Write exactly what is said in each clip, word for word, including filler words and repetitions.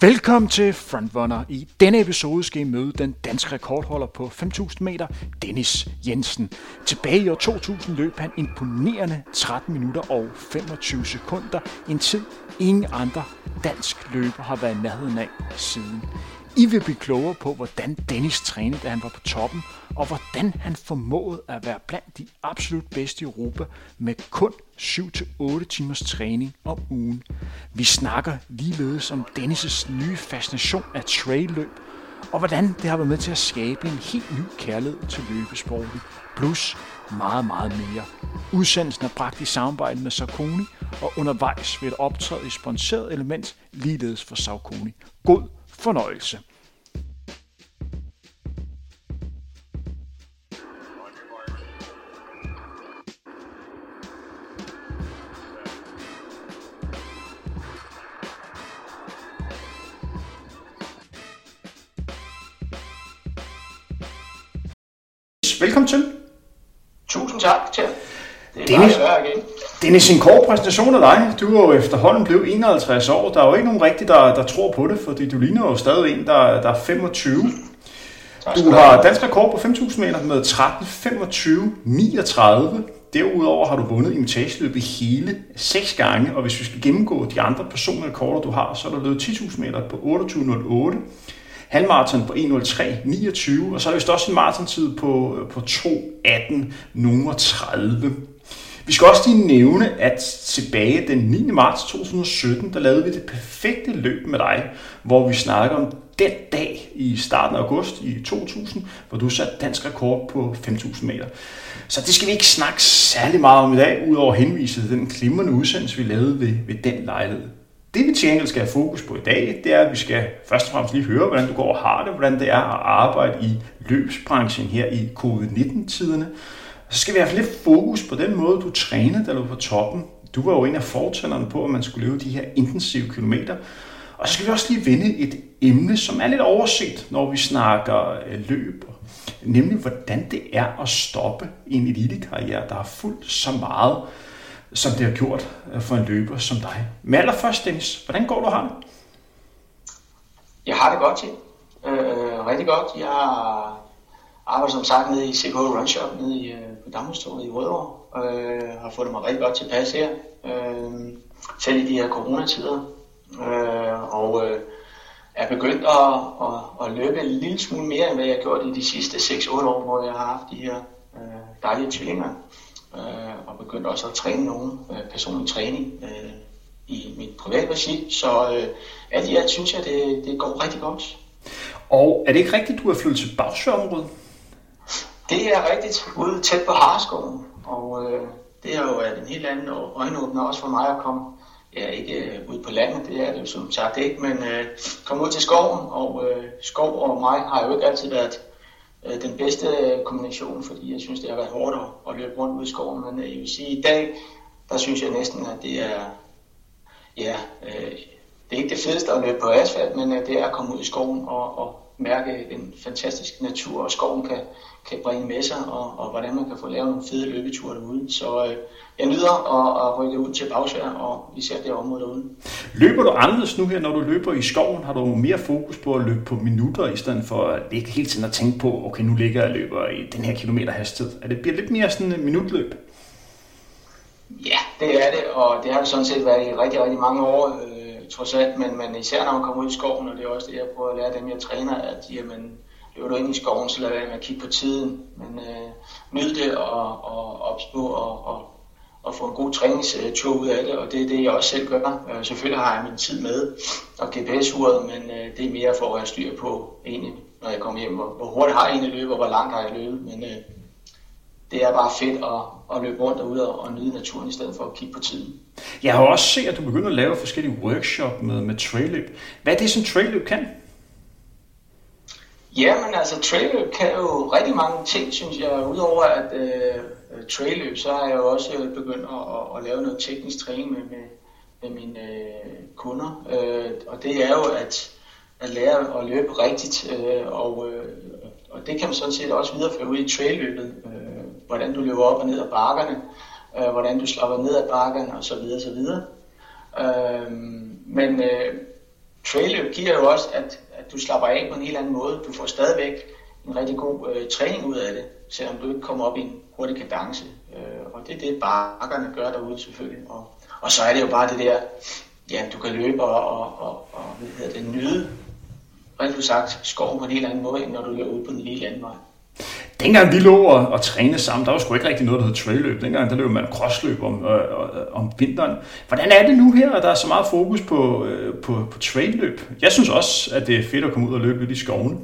Velkommen til Frontrunner. I denne episode skal I møde den danske rekordholder på fem tusind meter, Dennis Jensen. Tilbage i år to tusind løb han imponerende tretten minutter og femogtyve sekunder. En tid ingen andre dansk løber har været i nærheden af siden. I vil blive klogere på, hvordan Dennis trænede, da han var på toppen, og hvordan han formåede at være blandt de absolut bedste i Europa med kun syv til otte timers træning om ugen. Vi snakker ligeledes om Dennis' nye fascination af trailløb, og hvordan det har været med til at skabe en helt ny kærlighed til løbesporten, plus meget, meget mere. Udsendelsen er bragt i samarbejde med Saucony, og undervejs vil et optræde i sponsoreret element ligeledes for Saucony. God fornøjelse. Velkommen til. Tusind tak til. Det er Dennis, meget igen. Dennis, en kort præsentation af dig. Du er jo efterhånden blevet enoghalvtreds år. Der er jo ikke nogen rigtig, der, der tror på det, fordi du ligner jo stadig en, der, der er femogtyve. Du har dansk rekord på fem tusind meter med tretten femogtyve niogtredive. Derudover har du vundet imitageløbet hele seks gange, og hvis vi skal gennemgå de andre personlige rekorder, du har, så er der løbet ti tusind meter på otteogtyve nul otte. Halvmarathon på en nul tre niogtyve, og så er der vist også en maratontid på, på to atten tredive. Vi skal også lige nævne, at tilbage den niende marts to tusind sytten, der lavede vi det perfekte løb med dig, hvor vi snakker om den dag i starten af august i to tusind, hvor du satte dansk rekord på fem tusind meter. Så det skal vi ikke snakke særlig meget om i dag, udover at henvise til den glimrende udsendelse, vi lavede ved, ved den lejlighed. Det vi til gengæld skal have fokus på i dag, det er, at vi skal først og fremmest lige høre, hvordan du går og har det, hvordan det er at arbejde i løbsbranchen her i covid nitten-tiderne. Så skal vi have lidt fokus på den måde, du trænede, da du var på toppen. Du var jo en af fortællerne på, at man skulle leve de her intensive kilometer. Og så skal vi også lige vende et emne, som er lidt overset, når vi snakker løb. Nemlig, hvordan det er at stoppe en elitekarriere, der har fulgt så meget, som det har gjort for en løber som dig. Men allerførst, Dennis, hvordan går du og har det? Jeg har det godt til. Øh, rigtig godt. Jeg arbejder som sagt nede i C K Run Shop nede i, på Damhustorvet i Rødovre. Øh, har fået mig rigtig godt tilpas her. Øh, selv i de her coronatider. Øh, og øh, er begyndt at, at, at løbe en lille smule mere, end hvad jeg har gjort i de sidste seks otte år, hvor jeg har haft de her øh, dejlige tvillinger. Uh, og begyndte også at træne nogen uh, personlig træning uh, i mit private regi. Så uh, alt i alt synes jeg, det, det går rigtig godt. Og er det ikke rigtigt, du er flyttet til Bagsø-området? Det er rigtigt, ude tæt på Hareskoven. Og uh, det har jo været en helt anden øjenåbner også for mig at komme. Jeg er ikke uh, ude på landet, det er det jo som sagt ikke, men uh, komme ud til skoven. Og uh, skov og mig har jo ikke altid været den bedste kombination, fordi jeg synes, det har været hårdt at løbe rundt ud i skoven. Men jeg vil sige, i dag, der synes jeg næsten, at det er, ja, det er ikke det fedeste at løbe på asfalt, men det er at komme ud i skoven og, og mærke den fantastiske natur, og skoven kan, kan bringe med sig, og, og hvordan man kan få lavet nogle fede løbeture derude. Så øh, jeg nyder at, at rykke ud til Bagsø, og især det område derude. Løber du anderledes nu her, når du løber i skoven? Har du mere fokus på at løbe på minutter, i stedet for at ikke hele tiden at tænke på, okay, nu ligger jeg og løber i den her kilometer hastighed? Er det bliver lidt mere sådan en minutløb? Ja, det er det, og det har det sådan set været i rigtig, rigtig mange år, øh, trods alt, men, men især når man kommer ud i skoven, og det er også det, jeg prøver at lære dem, jeg træner, at jamen, løber du ind i skoven, så lad være med at kigge på tiden, men øh, nyd det og, og opspå og, og, og få en god træningstur ud af det, og det er det, jeg også selv gør. Øh, selvfølgelig har jeg min tid med og G P S-uret, men øh, det er mere for at have styr på egentlig, når jeg kommer hjem, hvor, hvor hurtigt har jeg egentlig løbet, og hvor langt har jeg løbet, men øh, det er bare fedt at, at løbe rundt derude og, og nyde naturen i stedet for at kigge på tiden. Jeg har også set, at du begynder at lave forskellige workshop med, med trailløb. Hvad er det, som trailløb kan? Jamen altså, trailløb kan jo rigtig mange ting, synes jeg. Udover at øh, trailløb, så har jeg jo også begyndt at, at lave noget teknisk træning med, med, med mine øh, kunder. Øh, og det er jo at, at lære at løbe rigtigt, øh, og, øh, og det kan man sådan set også videreføre ud i trailløbet. Øh, hvordan du løber op og ned ad bakkerne, øh, hvordan du slapper ned ad bakkerne osv. osv. Øh, men øh, trailløb giver jo også, at, at du slapper af på en helt anden måde. Du får stadigvæk en rigtig god øh, træning ud af det, selvom du ikke kommer op i en hurtig kadence. Øh, og det er det, bakkerne gør derude selvfølgelig. Og, og så er det jo bare det der, ja, du kan løbe og, og, og, og hvad hedder det, nyde, rent sagt, skoven på en helt anden måde, end når du løber ud på den lille landvej. Dengang vi lå og, og trænede sammen, der var sgu ikke rigtig noget, der hed trailløb. Dengang der løb man crossløb om, øh, om vinteren. Hvordan er det nu her, at der er så meget fokus på, øh, på, på trailløb? Jeg synes også, at det er fedt at komme ud og løbe lidt i skovene.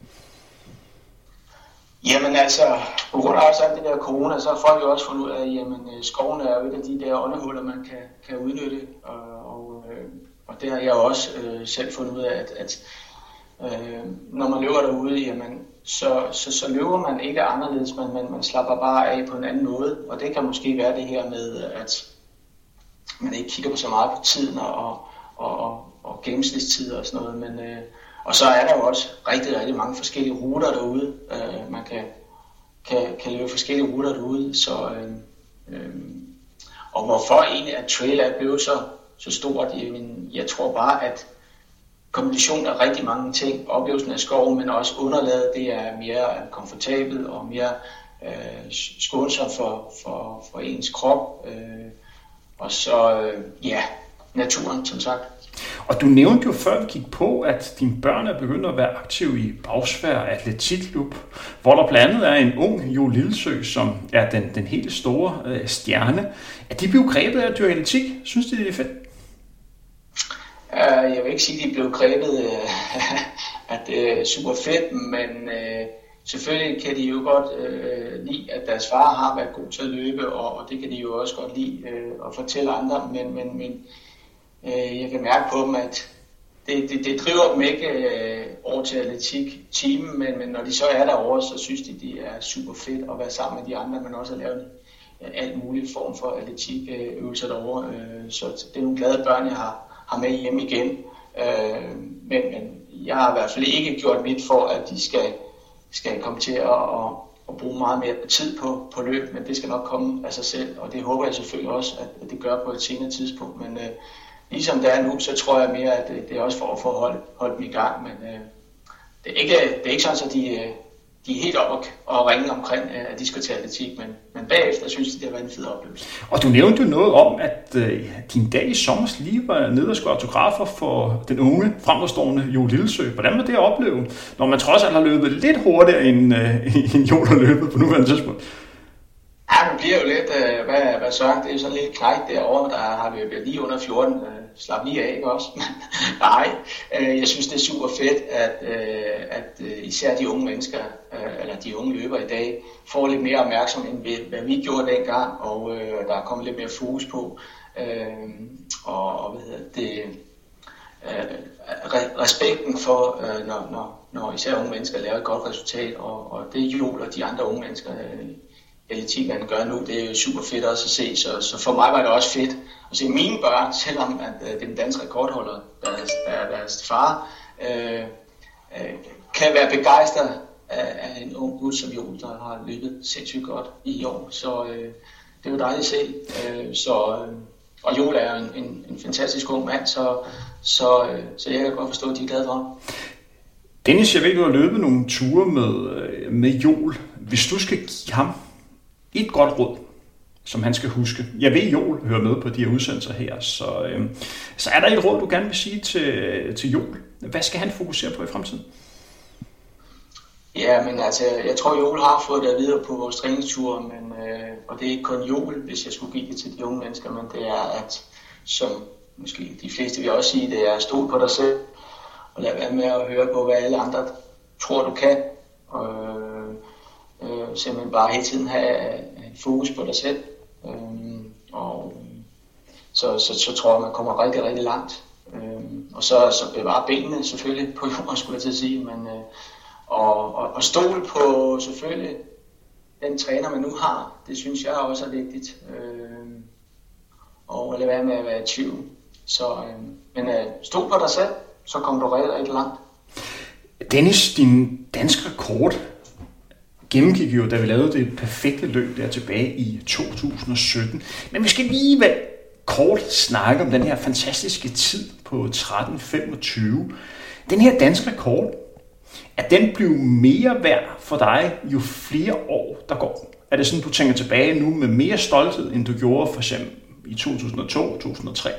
Jamen altså, på grund af også alt det der corona, så har folk jo også fundet ud af, at jamen, skoven er jo et af de der åndehuller, man kan, kan udnytte. Og, og, øh, og det har jeg også øh, selv fundet ud af, at, at øh, når man løber derude, jamen, så, så, så løber man ikke anderledes, men man, man slapper bare af på en anden måde. Og det kan måske være det her med, at man ikke kigger på så meget på tiden og, og, og, og gennemsnitstider og sådan noget. Men, øh, og så er der jo også rigtig, rigtig mange forskellige ruter derude. Øh, man kan, kan, kan løbe forskellige ruter derude. Så, øh, øh, og hvorfor egentlig at trail er blevet så, så stort, jamen, jeg tror bare, at kombinationen af rigtig mange ting, oplevelsen af skoven, men også underlaget, det er mere komfortabelt og mere øh, skånsomt for, for, for ens krop. Øh, og så, øh, ja, naturen, som sagt. Og du nævnte jo før vi gik på, at dine børn er begyndt at være aktive i Bagsværd Atletikklub, hvor der blandt andet er en ung Jo Lillesø, som er den, den helt store øh, stjerne. Er de blevet grebet af at dyrke atletik? Synes de, det er fedt? Jeg vil ikke sige, at de blev grebet, at det er super fedt, men øh, selvfølgelig kan de jo godt øh, lide, at deres far har været god til at løbe, og, og det kan de jo også godt lide øh, at fortælle andre, men, men, men øh, jeg kan mærke på dem, at det, det, det driver dem ikke øh, over til atletik-teamen, men, men når de så er derovre, så synes de, det er super fedt at være sammen med de andre, men også at lave øh, alt muligt form for atletikøvelser derovre. Øh, så det er nogle glade børn, jeg har har med hjem igen, øh, men, men jeg har i hvert fald ikke gjort mit for, at de skal, skal komme til at, at, at bruge meget mere tid på, på løb, men det skal nok komme af sig selv, og det håber jeg selvfølgelig også, at det gør på et senere tidspunkt, men øh, ligesom det er nu, så tror jeg mere, at det, det er også for at få holdt, holdt dem i gang, men øh, det, er ikke, det er ikke sådan, at de, de er helt op og, og ringe omkring, at de skal til atletik, men, men bagefter synes de, det har været en fed oplevelse. Og du nævnte jo noget om, at øh, din dag i sommer lige var nede og skulle autografer for den unge, fremadstående Jo Lillesø. Hvordan var det at opleve, når man trods alt har løbet lidt hurtigere end, øh, end Jo har løbet på nuværende tidspunkt? Ja, man bliver jo lidt, øh, hvad, hvad så? Det er jo sådan lidt knægt derovre, der har løbet lige under fjorten. Øh, slap lige af, ikke også? Nej, øh, jeg synes, det er super fedt, at, øh, at øh, især de unge mennesker, øh, eller de unge løbere i dag, får lidt mere opmærksomhed, end hvad vi gjorde dengang, og øh, der er kommet lidt mere fokus på, øh, og, og hvad hedder det, øh, respekten for, øh, når, når, når især unge mennesker laver et godt resultat, og, og det Jo og de andre unge mennesker, øh, atletikerne gør nu, det er jo super fedt også at se, så, så for mig var det også fedt at se mine børn, selvom at, uh, den danske rekordholder, deres, der, deres far, øh, øh, kan være begejstret af, af en ung gut som Jo, der har løbet sindssygt godt i år, så øh, det er jo dejligt at se. Øh, så, øh, og Jo er en, en, en fantastisk ung mand, så, så, øh, så jeg kan godt forstå, at de er glade for ham. Dennis, jeg ved, du har løbet nogle ture med, med Joel. Hvis du skal give ham et godt råd, som han skal huske. Jeg ved, Joel hører med på de her udsendelser her, så, øh, så er der et råd, du gerne vil sige til, til Joel. Hvad skal han fokusere på i fremtiden? Ja, men altså, jeg tror, Joel har fået det at vide på vores træningsture, men, øh, og det er ikke kun Joel, hvis jeg skulle give det til de unge mennesker, men det er, at som måske de fleste vil også sige, det er at stole på dig selv, og lad være med at høre på, hvad alle andre tror, du kan. Og, øh, simpelthen bare hele tiden have fokus på dig selv, øhm, og så, så, så tror jeg, man kommer rigtig, rigtig langt. Øhm, og så, så bevare benene selvfølgelig på jorden, skulle jeg til at sige, men, øh, og, og, og stole på selvfølgelig den træner, man nu har. Det synes jeg også er vigtigt. Øhm, og lade være med at være i tvivl. Så, øh, men øh, stol på dig selv, så kommer du rigtig, rigtig langt. Dennis, din danske rekord gennemgik jo, da vi lavede det perfekte løb der tilbage i to tusind og sytten. Men vi skal lige være kort snakke om den her fantastiske tid på tretten femogtyve. Den her danske rekord, at den bliver mere værd for dig, jo flere år der går. Er det sådan, du tænker tilbage nu med mere stolthed, end du gjorde for eksempel i to tusind og to til to tusind og tre?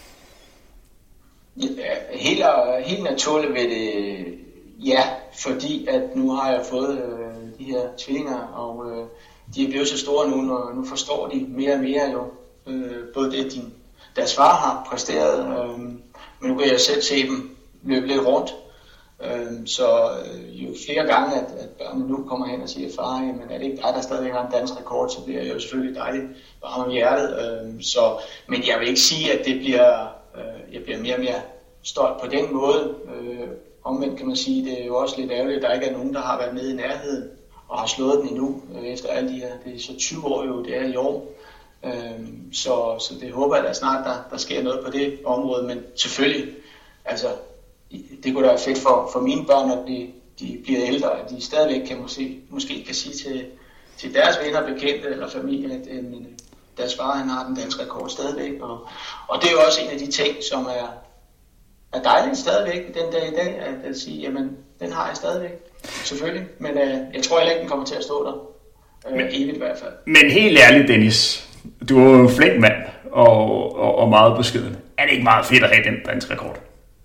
Ja, helt, helt naturligt ved det, ja, fordi at nu har jeg fået øh, de her tvillinger, og øh, de er blevet så store nu, og nu forstår de mere og mere jo, øh, både det, din, deres far har præsteret, øh, men nu kan jeg selv se dem løbe lidt rundt. Øh, så øh, jo flere gange, at, at børnene nu kommer hen og siger, far, jamen er det ikke dig, der stadigvæk har en dansk rekord, så bliver jeg jo selvfølgelig dejligt varm om hjertet. Øh, så, men jeg vil ikke sige, at det bliver, øh, jeg bliver mere og mere stolt på den måde. Øh, omvendt kan man sige, det er jo også lidt ærgerligt, at der ikke er nogen, der har været nede i nærheden og har slået den endnu, øh, efter alle de her, det er så tyve år jo, det er i år. Øh, så, så det håber jeg da snart, der, der sker noget på det område, men selvfølgelig, altså, det kunne da være fedt for, for mine børn, at de, de bliver ældre, at de stadigvæk kan måske, måske kan sige til, til deres venner, bekendte eller familie, at øh, deres far han har den danske rekord stadigvæk. Og, og det er jo også en af de ting, som er, er dejligt stadigvæk den dag i dag, at, at sige, jamen den har jeg stadigvæk, selvfølgelig. Men øh, jeg tror heller ikke, den kommer til at stå der, øh, men, evigt i hvert fald. Men helt ærligt, Dennis, du er jo en flink mand og, og, og meget beskeden. Er det ikke meget fedt at have den danske rekord?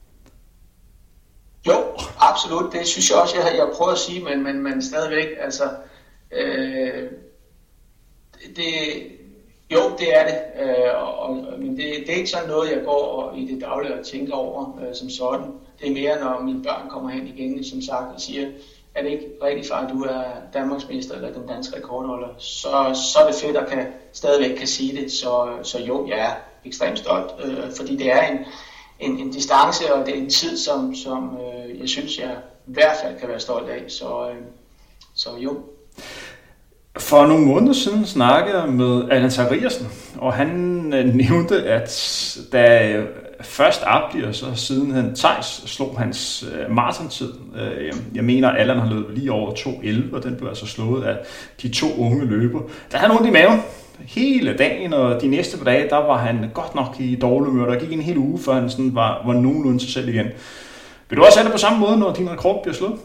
Jo, absolut. Det synes jeg også, jeg har, jeg har prøvet at sige, men, men, men stadigvæk, altså, øh, det, jo, det er det, øh, og, og, men det, det er ikke sådan noget, jeg går og, i det daglige og tænker over øh, som sådan. Det er mere, når mine børn kommer hen igen, som sagt, og siger, er det ikke rigtigt, far, at du er Danmarksmester eller den danske rekordholder, så, så er det fedt, at kan stadigvæk kan sige det. Så, så jo, jeg er ekstremt stolt, øh, fordi det er en En, en distance, og det er en tid, som, som øh, jeg synes, jeg i hvert fald kan være stolt af. Så, øh, så jo. For nogle måneder siden snakkede jeg med Allan Zachariasen, og han øh, nævnte, at da først Abdi, og så siden han Theis slog hans øh, maratontid. Øh, jeg mener, at Allan har løbet lige over to elleve, og den blev altså slået af de to unge løber. Der havde nogen i maven hele dagen, og de næste par dage, der var han godt nok i dårlig humør. Der gik en hel uge, før han sådan var, var nogenlunde sig selv igen. Vil du også have det på samme måde, når din rekord bliver slået?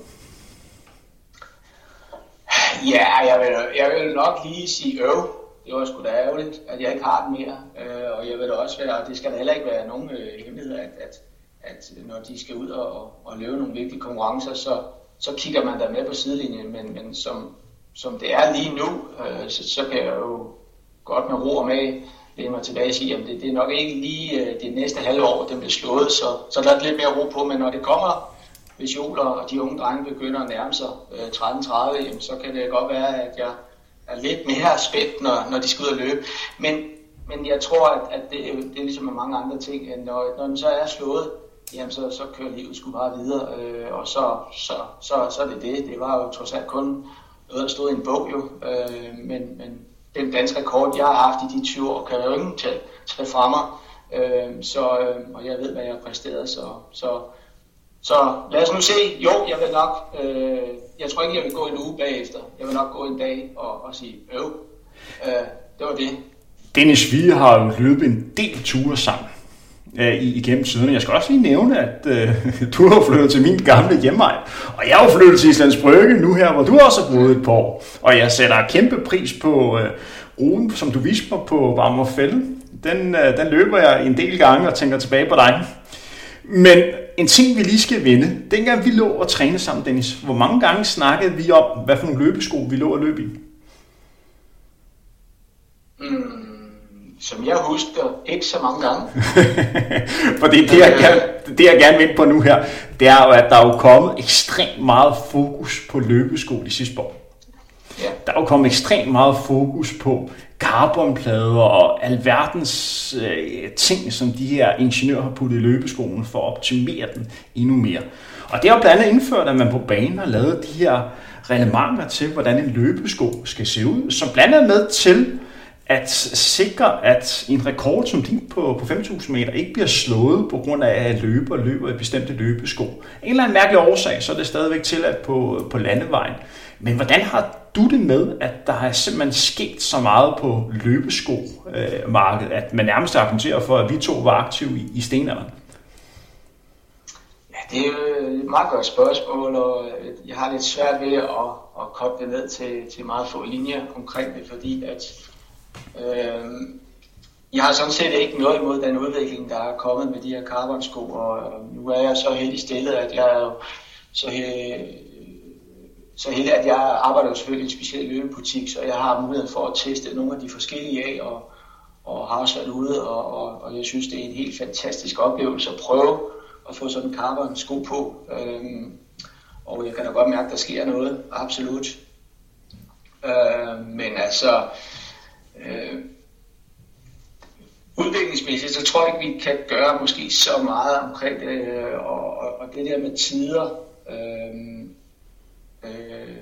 Ja, jeg vil, jeg vil nok lige sige øv. Det var sgu da ærgerligt, at jeg ikke har den mere. Øh, og jeg vil da også være, og det skal da heller ikke være nogen øh, hemmelighed, at, at, at når de skal ud og, og løbe nogle vigtige konkurrencer, så, så kigger man der med på sidelinjen. Men, men som, som det er lige nu, øh, så, så kan jeg jo godt med ro og med læne mig tilbage og sige, at det, det er nok ikke lige øh, det næste halve år, den bliver slået, så, så der er lidt mere ro på. Men når det kommer, hvis Joel og de unge drenge begynder at nærme sig øh, tretten tredive, jamen, så kan det godt være, at jeg er lidt mere spændt, når, når de skal ud og løbe. Men, men jeg tror, at, at det, det er ligesom med mange andre ting, at når, når den så er slået, jamen så, så kører livet sgu bare videre, øh, og så, så, så, så er det det. Det var jo trods alt kun noget, der stod i en bog jo, øh, men, men den danske rekord, jeg har haft i de tyve år, kan jeg jo ikke tage, tage fra mig, øh, så, øh, og jeg ved, hvad jeg har præsteret, så, så, så lad os nu se. Jo, jeg vil nok, øh, jeg tror ikke, jeg vil gå en uge bagefter, jeg vil nok gå en dag og, og sige, øv, øh, det var det. Dennis, vi har jo løbet en del ture sammen øh, igennem tiderne. Jeg skal også lige nævne, at øh, du har flyttet til min gamle hjemmeegn, og jeg har jo flyttet til Islands Brygge nu her, hvor du også har boet et par år. Og jeg sætter kæmpe pris på øh, ruten, som du viste mig på Varmerfælde. Den, øh, den løber jeg en del gange og tænker tilbage på dig. Men en ting, vi lige skal vende, dengang vi lå og træne sammen, Dennis, hvor mange gange snakkede vi om, hvad for nogle løbesko vi lå og løb i? Mm. Som jeg husker, ikke så mange gange. Fordi det, jeg gerne, det, jeg gerne vil ind på nu her, det er jo, at der er jo kommet ekstremt meget fokus på løbesko de sidste år. Ja. Der er jo kommet ekstremt meget fokus på carbonplader og alverdens øh, ting, som de her ingeniører har puttet i løbeskoene for at optimere den endnu mere. Og det er jo blandt andet indført, at man på banen har lavet de her reglementer til, hvordan en løbesko skal se ud, som blandt andet med til at sikre, at en rekord som din på, på fem tusind meter ikke bliver slået på grund af, at løber løber i bestemte løbesko. En eller anden mærkelig årsag, så er det stadigvæk tilladt på, på landevejen. Men hvordan har du det med, at der har simpelthen sket så meget på løbesko-markedet, at man nærmest argumenterer for, at vi to var aktive i, i stenalderen? Ja, det er jo et meget godt spørgsmål, og jeg har lidt svært ved at, at koble det ned til, til meget få linjer omkring det, fordi at øh, jeg har sådan set ikke noget imod den udvikling, der er kommet med de her carbon-sko, og nu er jeg så heldig stillet, at jeg er jo så heldig, så heldig, at jeg arbejder jo selvfølgelig i en speciel løbebutik, så jeg har mulighed for at teste nogle af de forskellige af, og, og har også været ude, og, og, og jeg synes, det er en helt fantastisk oplevelse at prøve at få sådan en carbon-sko på. Øhm, og jeg kan da godt mærke, at der sker noget, absolut. Øh, men altså, øh, udviklingsmæssigt, så tror jeg ikke, vi kan gøre måske så meget omkring det, og, og, og det der med tider. Øh, øh,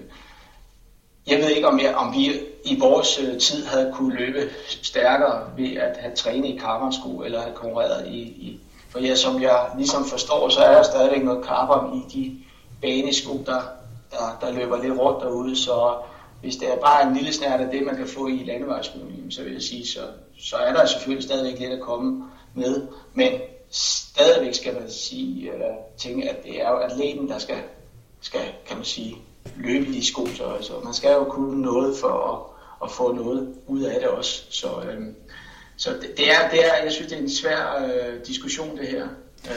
jeg ved ikke, om, jeg, om vi i vores tid havde kunne løbe stærkere ved at have trænet i carbon-sko, eller have konkurreret i, i for ja, som jeg ligesom forstår, så er der stadigvæk noget carbon i de banesko, der, der, der løber lidt rundt derude. Så hvis det er bare en lille snært af det, man kan få i landevejsskolen, så vil jeg sige, så, så er der selvfølgelig stadigvæk lidt at komme med. Men stadigvæk skal man sige, eller tænke, at det er jo atleten, der skal, skal kan man sige, løbe i de sko. Så altså, man skal jo kunne noget for at, at få noget ud af det også. Så, øhm, Så det, det, er, det er, jeg synes, det er en svær øh, diskussion, det her.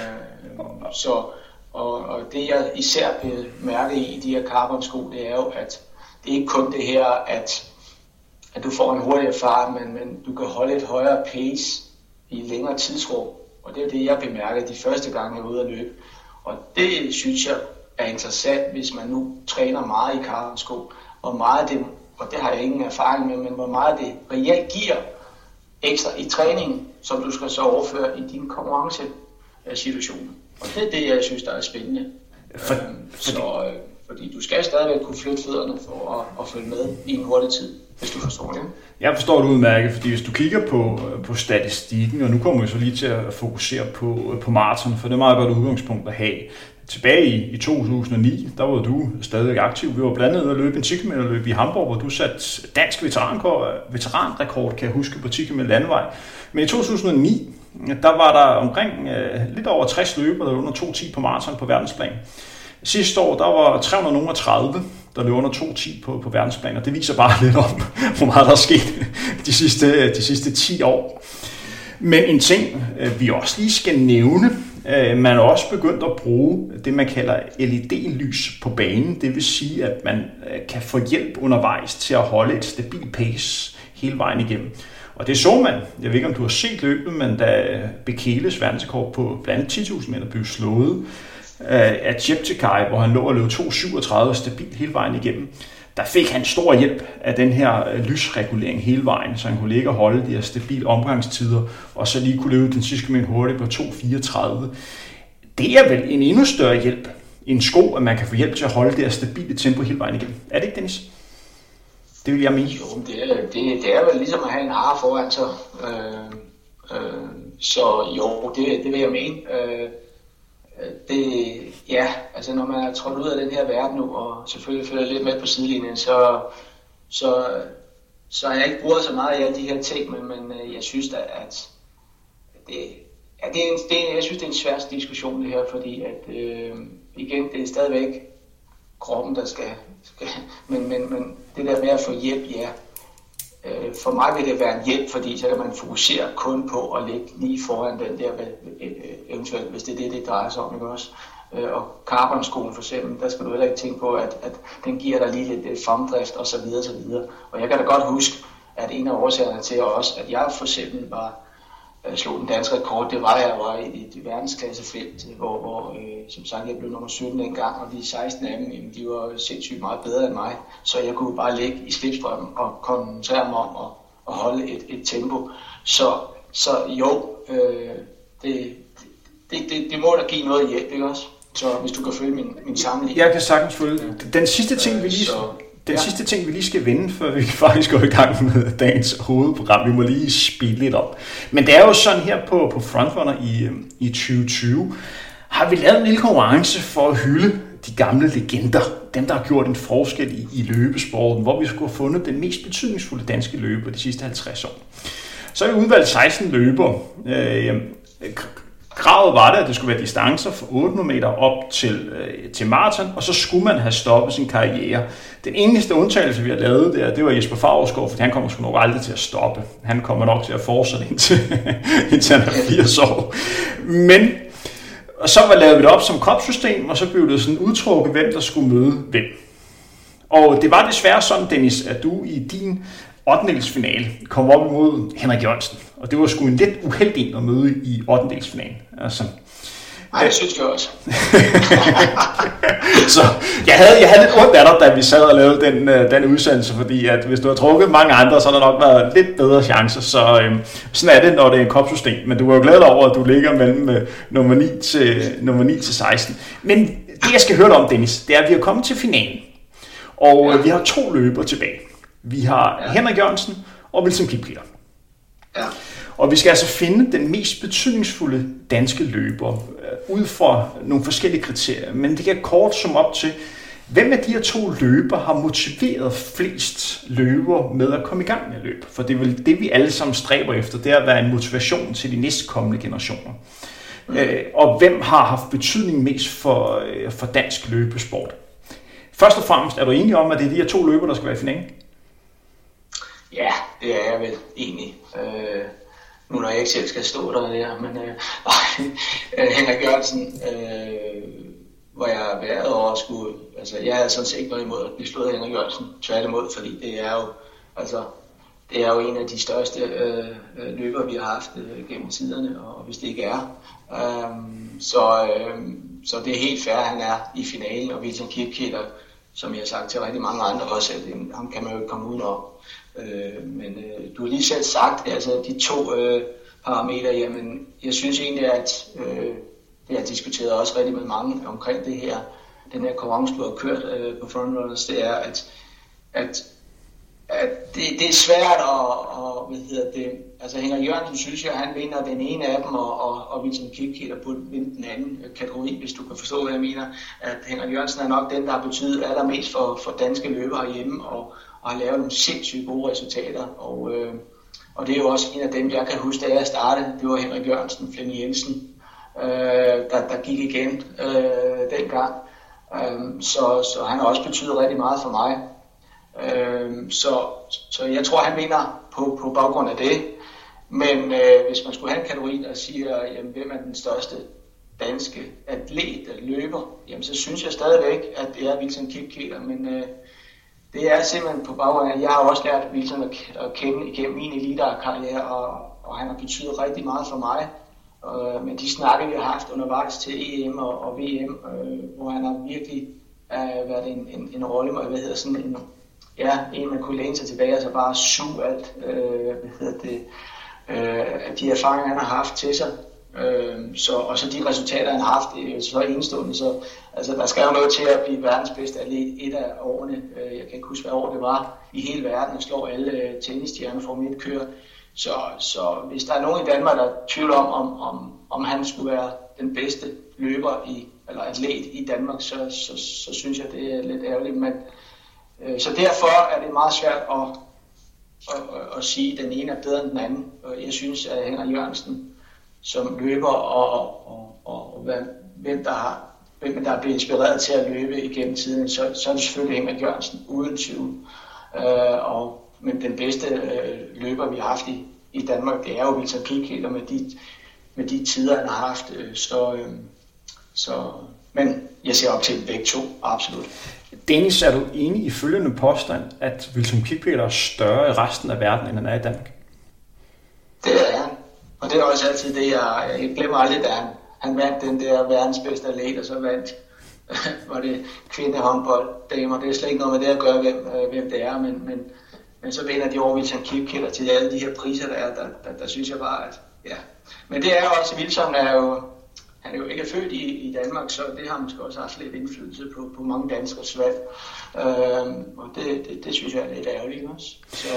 Øh, så, og, og det, jeg især vil mærke i de her carbon-sko, det er jo, at det er ikke kun det her, at, at du får en hurtigere fart, men, men du kan holde et højere pace i længere tidsrum. Og det er det, jeg bemærker de første gange, jeg er ude at løbe. Og det synes jeg er interessant, hvis man nu træner meget i carbon-sko. Hvor meget det, og det har jeg ingen erfaring med, men hvor meget det reelt giver ekstra i træningen, som du skal så overføre i dine konkurrencesituationer. Og det er det, jeg synes, der er spændende. For, øhm, så, øh, fordi du skal stadigvæk kunne flytte fødderne for at, at følge med i en hurtig tid, hvis du forstår det. Jeg forstår det udmærket, fordi hvis du kigger på, på statistikken, og nu kommer vi så lige til at fokusere på, på maraton, for det er meget godt udgangspunkt at have. Tilbage i, i to tusind og ni, der var du stadig aktiv. Vi var blandt andet at løbe en ti kilometer løb i Hamburg, hvor du satte dansk veteranrekord, kan jeg huske, på ti kilometer landevej. Men i to tusind og ni, der var der omkring uh, lidt over tres løbere, der var under to ti på maraton på verdensplan. Sidste år, der var tre hundrede og tredive, der løb under to ti på, på verdensplan, og det viser bare lidt om, hvor meget der er sket de sidste, de sidste ti år. Men en ting, vi også lige skal nævne, man er også begyndt at bruge det, man kalder L E D-lys på banen. Det vil sige, at man kan få hjælp undervejs til at holde et stabilt pace hele vejen igennem. Og det så man, jeg ved ikke, om du har set løbet, men da Bekeles verdensrekord på blandt andet ti tusind meter blev slået af Cheptegei, hvor han lå og løb to syvogtredive stabilt hele vejen igennem, der fik han stor hjælp af den her lysregulering hele vejen, så han kunne ligge og holde de her stabile omgangstider, og så lige kunne løbe den sidste kilometer hurtigt på to fireogtredive. Det er vel en endnu større hjælp i en sko, at man kan få hjælp til at holde det her stabile tempo hele vejen igennem. Er det ikke, Dennis? Det vil jeg mene. Jo, det er, det, det er vel ligesom at have en hare foran sig. Øh, øh, så jo, det, det vil jeg mene. Øh, Det, ja, altså når man er trådt ud af den her verden nu, og selvfølgelig følger lidt med på sidelinjen, så, så, så har jeg ikke brugt så meget i alle de her ting, men, men jeg synes da, at det, ja, det, er en, det, jeg synes, det er en svær diskussion det her, fordi at, øh, igen, det er stadigvæk kroppen, der skal, skal men, men, men det der med at få hjælp, ja, for mig vil det være en hjælp, fordi så kan man fokusere kun på at ligge lige foran den der, eventuelt, hvis det er det, det drejer sig om, ikke også? Og carbon-skoen for eksempel, der skal du heller ikke tænke på, at, at den giver dig lige lidt fremdrift og så videre, så videre. Og jeg kan da godt huske, at en af årsagerne til også, at jeg for eksempel var slog den danske rekord, det var, at jeg var i et verdensklassefelt, hvor, hvor øh, som sagt, jeg blev nummer sytten dengang, og de seksten af dem, de var sindssygt meget bedre end mig, så jeg kunne bare ligge i slipstrømmen og koncentrere mig om at, at holde et, et tempo. Så, så jo, øh, det, det, det, det må da give noget hjælp, ikke også? Så hvis du kan følge min, min sammenligning. Jeg kan sagtens følge. Den sidste ting, vi lige... Så, Den ja. sidste ting, vi lige skal vende, før vi faktisk går i gang med dagens hovedprogram, vi må lige spille lidt op. Men det er jo sådan her på, på Frontrunner i, i tyve tyve, har vi lavet en lille konkurrence for at hylde de gamle legender, dem der har gjort en forskel i, i løbesporten, hvor vi skulle have fundet den mest betydningsfulde danske løber de sidste halvtreds år. Så har vi udvalgt seksten løbere. Øh, Kravet var det, at det skulle være distancer fra otte hundrede meter op til, øh, til maraton, og så skulle man have stoppet sin karriere. Den eneste undtagelse, vi har lavet der, det var Jesper Favrskov, for han kommer sgu nok aldrig til at stoppe. Han kommer nok til at fortsætte indtil, indtil han er firs år. Men og så var lavet det op som kopsystem, og så blev det sådan udtrukket, hvem der skulle møde hvem. Og det var desværre sådan, Dennis, at du i din ottendedelsfinale kom op imod Henrik Jørgensen. Og det var sgu en lidt uheldig en at møde i ottendedelsfinalen. Altså, Nej, det synes jeg også. Så jeg havde, jeg havde lidt ondt af dig, da vi sad og lavede den, den udsendelse, fordi at hvis du har trukket mange andre, så har der nok været lidt bedre chancer. Så øhm, sådan er det, når det er en kopsystem. Men du er jo glad over, at du ligger mellem øh, nummer ni til, nummer ni til seksten. Men det, jeg skal høre dig om, Dennis, det er, at vi har kommet til finalen. Og ja. vi har to løbere tilbage. Vi har ja. Henrik Jørgensen og Wilson Kipketer. Ja. Og vi skal altså finde den mest betydningsfulde danske løber ud fra nogle forskellige kriterier. Men det kan kort som op til, hvem af de her to løber har motiveret flest løber med at komme i gang med løb? For det er vel det, vi alle sammen stræber efter, det er at være en motivation til de næstkommende generationer. Mm. Og hvem har haft betydning mest for, for dansk løbesport? Først og fremmest, er du enig om, at det er de her to løber, der skal være i finalen? Ja, det er jeg vel enig. Øh, nu når jeg ikke selv skal stå der, der men øh, øh, Henrik Jørgensen, øh, hvor jeg har været over skulle, altså jeg havde sådan set ikke noget imod at blive slået af Henrik Jørgensen, tværtimod, fordi det er jo, altså, det er jo en af de største øh, løbere, vi har haft øh, gennem tiderne, og hvis det ikke er. Øh, så, øh, så det er helt fair, at han er i finalen, og Wilson Kipketer, som jeg har sagt til rigtig mange andre også, at ham kan man jo ikke komme udenom. Øh, men øh, du har lige selv sagt, altså de to øh, parametre, jamen jeg synes egentlig, at øh, det har diskuteret også rigtig med mange omkring det her, den her konkurrence, du har kørt øh, på Frontrunners, det er, at, at, at det, det er svært at, og, hvad hedder det, altså Henrik Jørgensen synes jeg, at han vinder den ene af dem, og, og, og Wilson Kipketer burde vinde den anden kategori, hvis du kan forstå, hvad jeg mener, at Henrik Jørgensen er nok den, der har betydet allermest for, for danske løbere herhjemme, og og har lavet nogle sindssygt gode resultater, og, øh, og det er jo også en af dem, jeg kan huske, da jeg startede, det var Henrik Jørgensen, Flemming Jensen, øh, der, der gik igen øh, dengang, øh, så, så han har også betydet rigtig meget for mig, øh, så, så jeg tror, han vinder på, på baggrund af det, men øh, hvis man skulle have en kategori, der siger, jamen, hvem er den største danske atlet, løber, jamen så synes jeg stadigvæk, at det er Wilson Kipketer, men øh, det er simpelthen på baggrund af, at jeg har også lært Wilson at kende igennem min elitekarriere, og, og han har betydet rigtig meget for mig. Øh, men de snakke, vi har haft undervejs til E M og, og V M, øh, hvor han har virkelig øh, været en, en, en rolle, hvad hedder sådan en, ja, en man kunne læne sig tilbage og så bare suge alt, øh, hvad hedder det, øh, de erfaringer, han har haft til sig. Øh, så, og så de resultater, han har haft, det er så enestående, så altså, der skal jo noget til at blive verdens bedste atlet et af årene. Øh, jeg kan ikke huske, hvad år det var i hele verden, at slå alle tennisstjerner fra midt kør. Så, så hvis der er nogen i Danmark, der tvivler om, om, om, om han skulle være den bedste løber i, eller atlet i Danmark, så, så, så synes jeg, det er lidt ærgerligt. Men, øh, så derfor er det meget svært at, at, at, at sige, at den ene er bedre end den anden. Jeg synes, at Henrik Jørgensen som løber, og, og, og, og hvem, der har, hvem der er blevet inspireret til at løbe igennem tiden, så, så er det selvfølgelig Henrik Jørgensen, uden tvivl. Øh, og, men den bedste øh, løber, vi har haft i, i Danmark, det er jo Wilson Kipketer med de, med de tider, han har haft. Øh, så, øh, så, men jeg ser op til begge to, absolut. Dennis, er du enig i følgende påstand, at Wilson Kipketer er større i resten af verden, end han er i Danmark? Det er han. Og det er også altid det, jeg, jeg glemmer aldrig, da han, han vandt den der verdens bedste atlet, og så vandt, var det kvindehåndbold, damer. Det er slet ikke noget med det at gøre, hvem, hvem det er, men, men, men så vinder de over Wilson Kipketer til alle de her priser, der er, der, der, der synes jeg bare, at ja. Men det er også, Wilson er jo, han er jo ikke født i, i Danmark, så det har måske også haft lidt indflydelse på, på mange danskers valg. Øh, og det, det, det synes jeg er lidt ærgerligt også. Så,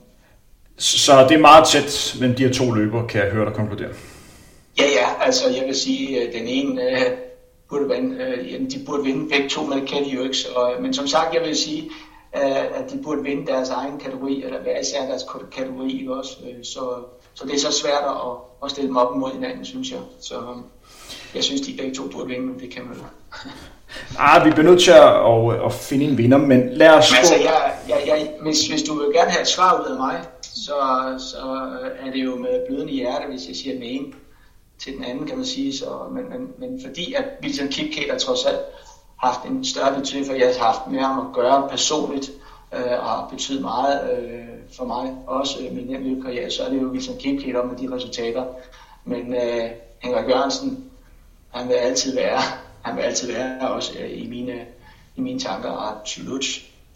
så det er meget tæt mellem de her to løbere, kan jeg høre dig konkludere? Ja, ja, altså jeg vil sige, at den ene øh, burde vinde, øh, de burde vinde begge to, men det kan de jo ikke. Så, men som sagt, jeg vil sige, at de burde vinde deres egen kategori, eller hver især deres kategori også. Så, så det er så svært at, at stille dem op mod hinanden, synes jeg. Så jeg synes, de begge to burde vinde, men det kan man jo. Ah, vi bliver nødt til at, at, at finde en vinder, men lad os... Men altså, jeg, jeg, jeg, hvis, hvis du vil gerne have et svar ud af mig, så, så er det jo med blødende hjerte, hvis jeg siger den ene til den anden, kan man sige. Så, men, men, men fordi at Wilson Kipketer der trods alt haft en større betydning, for jeg har haft med ham at gøre personligt, øh, og har betydet meget øh, for mig, også øh, min den løbekarriere, så er det jo Wilson Kipketer med de resultater. Men øh, Henrik Jørgensen, han vil altid være, han vil altid være også øh, i, mine, i mine tanker, absolut.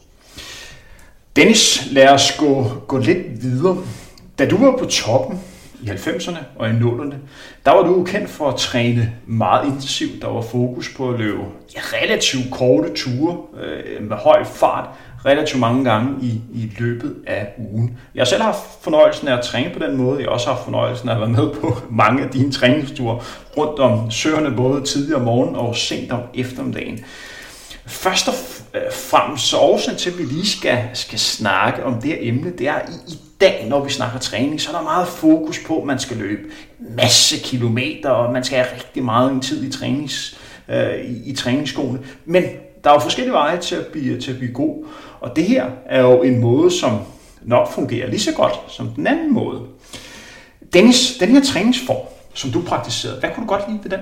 Dennis, lad os gå, gå lidt videre. Da du var på toppen i halvfemserne og i nullerne, der var du kendt for at træne meget intensivt. Der var fokus på at løbe relativt korte ture øh, med høj fart, relativt mange gange i, i løbet af ugen. Jeg har selv haft fornøjelsen af at træne på den måde. Jeg har også haft fornøjelsen af at være med på mange af dine træningsture rundt om søerne, både tidlig om morgenen og sent om eftermiddagen. Først og fremmest så årsagen til, at vi lige skal, skal snakke om det her emne, det er i, i dag, når vi snakker træning, så er der meget fokus på, at man skal løbe masse kilometer, og man skal have rigtig meget en tid i, trænings, øh, i, i træningsskoene. Men der er jo forskellige veje til at, blive, til at blive god, og det her er jo en måde, som nok fungerer lige så godt som den anden måde. Dennis, den her træningsform, som du praktiserede, hvad kunne du godt lide ved den?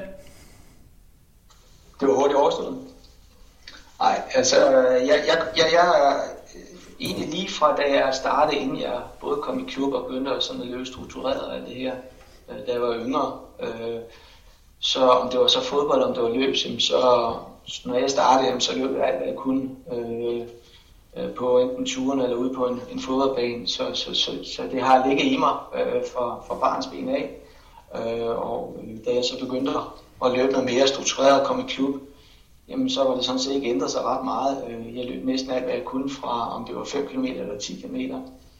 Det var hurtigt overstået. Nej, altså, jeg, jeg, jeg, jeg egentlig lige fra da jeg startede, inden jeg både kom i klub og begyndte sådan at løbe struktureret af det her, da jeg var yngre, øh, så om det var så fodbold, om det var løb, så når jeg startede, så løb jeg alt, hvad jeg kunne øh, på enten turen eller ude på en, en fodboldbane, så, så, så, så det har ligget i mig øh, fra, fra barns ben af, øh, og da jeg så begyndte at løbe noget mere struktureret og komme i klub, jamen så var det sådan set ikke ændret sig ret meget. Jeg løb næsten alt, hvad jeg kunne fra, om det var fem kilometer eller ti kilometer.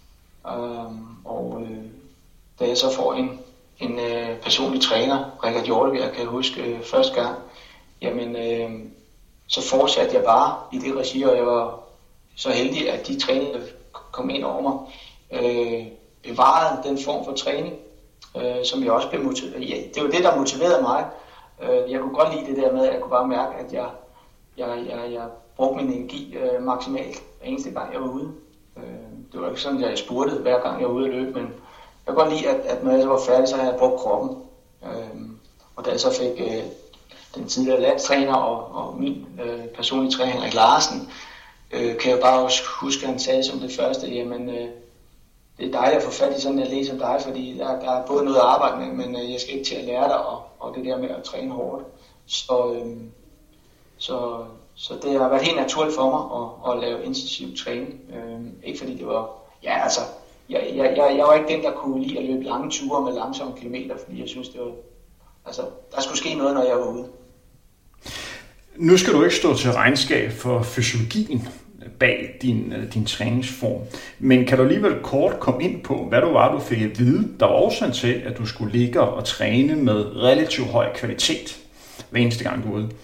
Og da jeg så får en, en personlig træner, Richard Hjortevær, kan jeg huske første gang, jamen så fortsatte jeg bare i det regi, og jeg var så heldig, at de træninger kom ind over mig, bevarede den form for træning, som jeg også blev motiveret. Det var det, der motiverede mig. Jeg kunne godt lide det der med, at jeg kunne bare mærke, at jeg, jeg, jeg, jeg brugte min energi øh, maksimalt hver eneste gang, jeg var ude. Øh, det var ikke sådan, at jeg spurgte hver gang, jeg var ude at løbe, men jeg kunne godt lide, at, at når jeg så var færdig, så havde jeg brugt kroppen. Øh, og da jeg så fik øh, den tidligere landstræner og, og min øh, personlige træner, Henrik Larsen, øh, kan jeg bare også huske, at han sagde som det første, jamen øh, det er dejligt at få fat i sådan en læge som dig, fordi der, der er både noget at arbejde med, men øh, jeg skal ikke til at lære dig, og, og det der med at træne hårdt. Så, øh, så, så det har været helt naturligt for mig at, at lave intensiv træning. Øh, ikke fordi det var, ja altså, jeg, jeg, jeg, jeg var ikke den, der kunne lide at løbe lange ture med langsomme kilometer, fordi jeg synes, det var, altså, der skulle ske noget, når jeg var ude. Nu skal du ikke stå til regnskab for fysiologien bag din, din træningsform, men kan du alligevel kort komme ind på, hvad du var, du fik at vide, der var årsagen til, at du skulle ligge og træne med relativt høj kvalitet hver eneste gang, du er ude?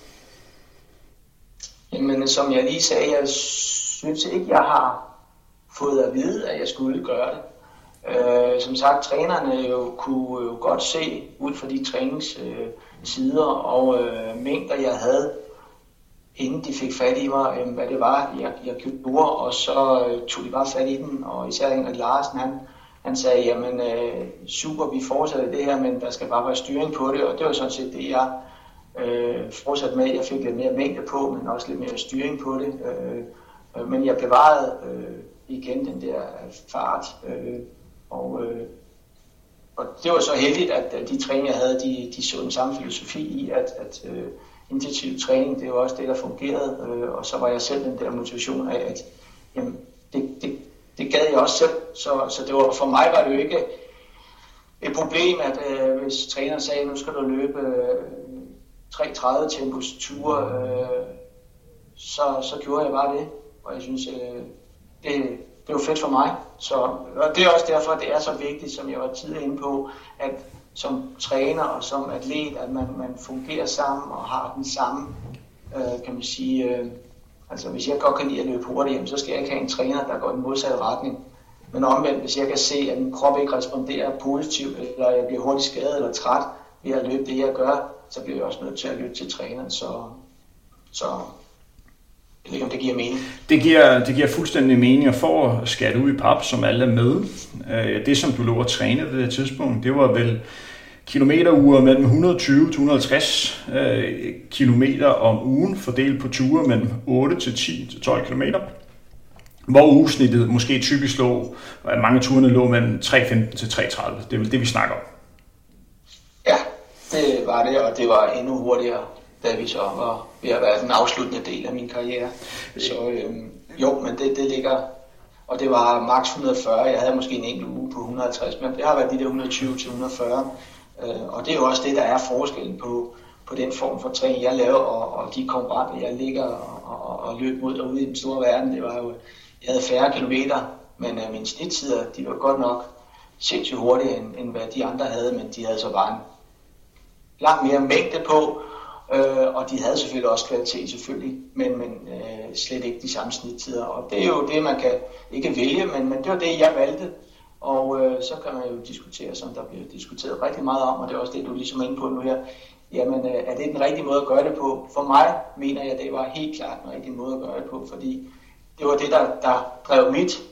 Jamen, som jeg lige sagde, jeg synes ikke, jeg har fået at vide, at jeg skulle gøre det. Øh, som sagt, trænerne jo kunne jo godt se ud fra de træningssider øh, og øh, mængder, jeg havde, inden de fik fat i mig, øh, hvad det var, jeg, jeg gjorde, og så øh, tog de bare fat i den, og især Henrik Larsen, han, han sagde, jamen øh, super, vi fortsætter det her, men der skal bare være styring på det, og det var sådan set det, jeg øh, fortsatte med. Jeg fik lidt mere mængde på, men også lidt mere styring på det, øh, øh, men jeg bevarede øh, igen den der fart, øh, og, øh, og det var så heldigt, at de træninger, jeg havde, de, de så den samme filosofi i, at, at øh, intensiv træning, det var også det, der fungerede, øh, og så var jeg selv den der motivation af, at jamen, det, det, det gad jeg også selv, så, så det var, for mig var det jo ikke et problem, at øh, hvis træneren sagde, nu skal du løbe øh, tre tredive tempos ture, øh, så, så gjorde jeg bare det. Og jeg synes, øh, det, det var fedt for mig. Så, og det er også derfor, det er så vigtigt, som jeg var tidligere inde på, at som træner og som atlet, at man, man fungerer sammen og har den samme, øh, kan man sige, øh, altså hvis jeg godt kan lide at løbe hurtigt, så skal jeg ikke have en træner, der går i den modsatte retning. Men omvendt, hvis jeg kan se, at min krop ikke responderer positivt, eller jeg bliver hurtigt skadet eller træt ved at løbe det, jeg gør, så bliver jeg også nødt til at lytte til træneren. Så, så jeg ved ikke, om det giver mening. Det giver, det giver fuldstændig mening at få at skære ud i pap, som alle er med. Det, som du lå at træne på det her tidspunkt, det var vel kilometeruger mellem et hundrede og tyve til et hundrede og tres øh, kilometer om ugen, fordelt på ture mellem otte til ti til tolv kilometer. Hvor ugesnittet måske typisk lå, og mange af turene lå mellem tre femten til tre tredive. Det er vel det, vi snakker om. Ja, det var det, og det var endnu hurtigere, da vi så var ved at være den afsluttende del af min karriere. Så øhm, jo, men det, det ligger, og det var maks et hundrede og fyrre. Jeg havde måske en enkelt uge på et hundrede og halvtreds, men det har været de der et hundrede og tyve til et hundrede og fyrre. Øh, og det er jo også det, der er forskellen på, på den form for træning, jeg laver, og, og de konkurrenter, jeg ligger og, og, og løb mod derude i den store verden. Det var jo, jeg havde færre kilometer, men øh, mine snittider, de var godt nok sindssygt hurtigere, end, end hvad de andre havde, men de havde så bare en langt mere mængde på, øh, og de havde selvfølgelig også kvalitet, selvfølgelig, men, men øh, slet ikke de samme snittider. Og det er jo det, man kan ikke vælge, men, men det var det, jeg valgte. Og øh, så kan man jo diskutere, som der bliver diskuteret rigtig meget om, og det er også det, du ligesom er inde på nu her. Jamen, øh, er det den rigtige måde at gøre det på? For mig mener jeg, at det var helt klart den rigtige måde at gøre det på, fordi det var det, der, der drev mit,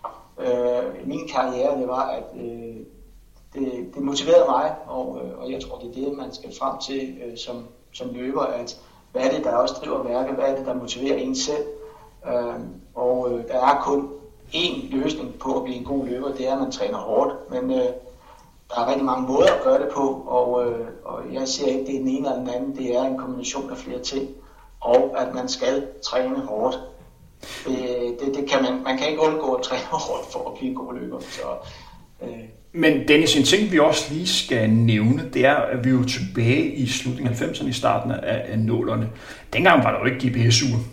øh, min karriere. Det var, at øh, det, det motiverede mig, og, øh, og jeg tror, det er det, man skal frem til øh, som, som løber, at hvad er det, der også driver værket, hvad er det, der motiverer en selv. Øh, og øh, der er kun én løsning på at blive en god løber, det er, at man træner hårdt, men øh, der er rigtig mange måder at gøre det på, og, øh, og jeg ser ikke, det er den ene eller den anden, det er en kombination af flere ting, og at man skal træne hårdt. Det, det, det kan man, man kan ikke undgå at træne hårdt for at blive en god løber. Så, øh. Men Dennis, en ting vi også lige skal nævne, det er, at vi er jo tilbage i slutningen af halvfemserne, i starten af, af nullerne. Dengang var der jo ikke G P S-ure.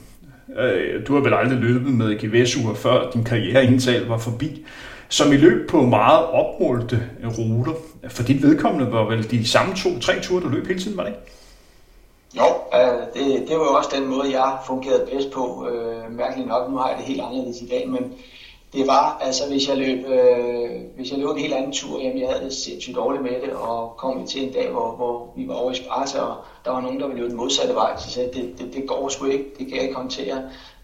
Du har vel aldrig løbet med G P S-ure, før din karriereindtal var forbi. Som i løb på meget opmålte ruter. For dit vedkommende var vel de samme to-tre ture, du løb hele tiden, var det ikke? Jo, øh, det, det var jo også den måde, jeg fungerede bedst på. Øh, mærkeligt nok, nu har jeg det helt anderledes i dag, men det var, altså hvis jeg løb, øh, hvis jeg løb en helt anden tur, jamen jeg havde det sindssygt dårligt med det, og kom til en dag, hvor, hvor vi var over i Sparta, og der var nogen, der ville løbe den modsatte vej, så jeg sagde, det, det, det går sgu ikke, det kan jeg ikke håndtere.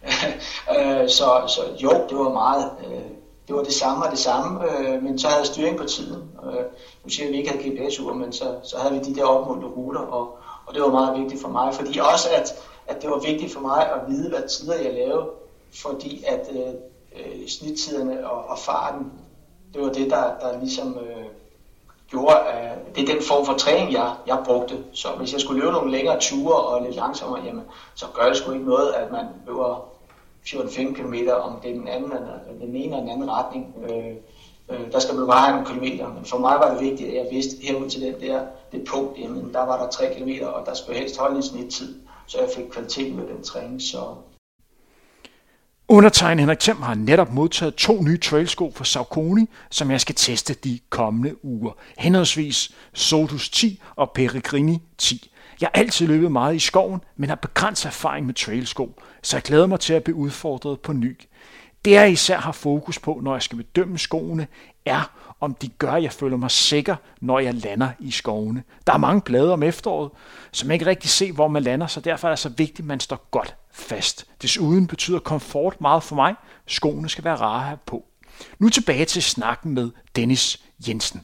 øh, så, så jo, det var meget, øh, det var det samme og det samme, øh, men så havde jeg styring på tiden. Øh, nu siger jeg, at vi ikke havde G P S-ure, men så, så havde vi de der opmålte ruter, og, og det var meget vigtigt for mig, fordi også at, at det var vigtigt for mig at vide, hvad tider jeg lavede, fordi at øh, øh, snittiderne og, og farten, det var det, der, der ligesom øh, gjorde, at det er den form for træning, jeg, jeg brugte. Så hvis jeg skulle løbe nogle længere ture og lidt langsommere, jamen, så gør det sgu ikke noget, at man løber fjorten til femten kilometer, om det er den, anden, den ene eller den anden retning. Øh, øh, der skal man bare have nogle kilometer. Men for mig var det vigtigt, at jeg vidste herud til den der, det punkt, jamen, der var der tre kilometer, og der skulle helst holde en snittid, så jeg fik kvalitet med den træning. Så Undertegnet Henrik Them har netop modtaget to nye trailsko fra Saucony, som jeg skal teste de kommende uger. Henholdsvis Sodus ti og Peregrini ti. Jeg har altid løbet meget i skoven, men har begrænset erfaring med trailsko, så jeg glæder mig til at blive udfordret på ny. Det jeg især har fokus på, når jeg skal bedømme skoene, er, om de gør, at jeg føler mig sikker, når jeg lander i skovene. Der er mange blade om efteråret, som jeg ikke rigtig ser, hvor man lander, så derfor er det så vigtigt, at man står godt fast. Desuden betyder komfort meget for mig. Skoene skal være rare at have på. Nu tilbage til snakken med Dennis Jensen.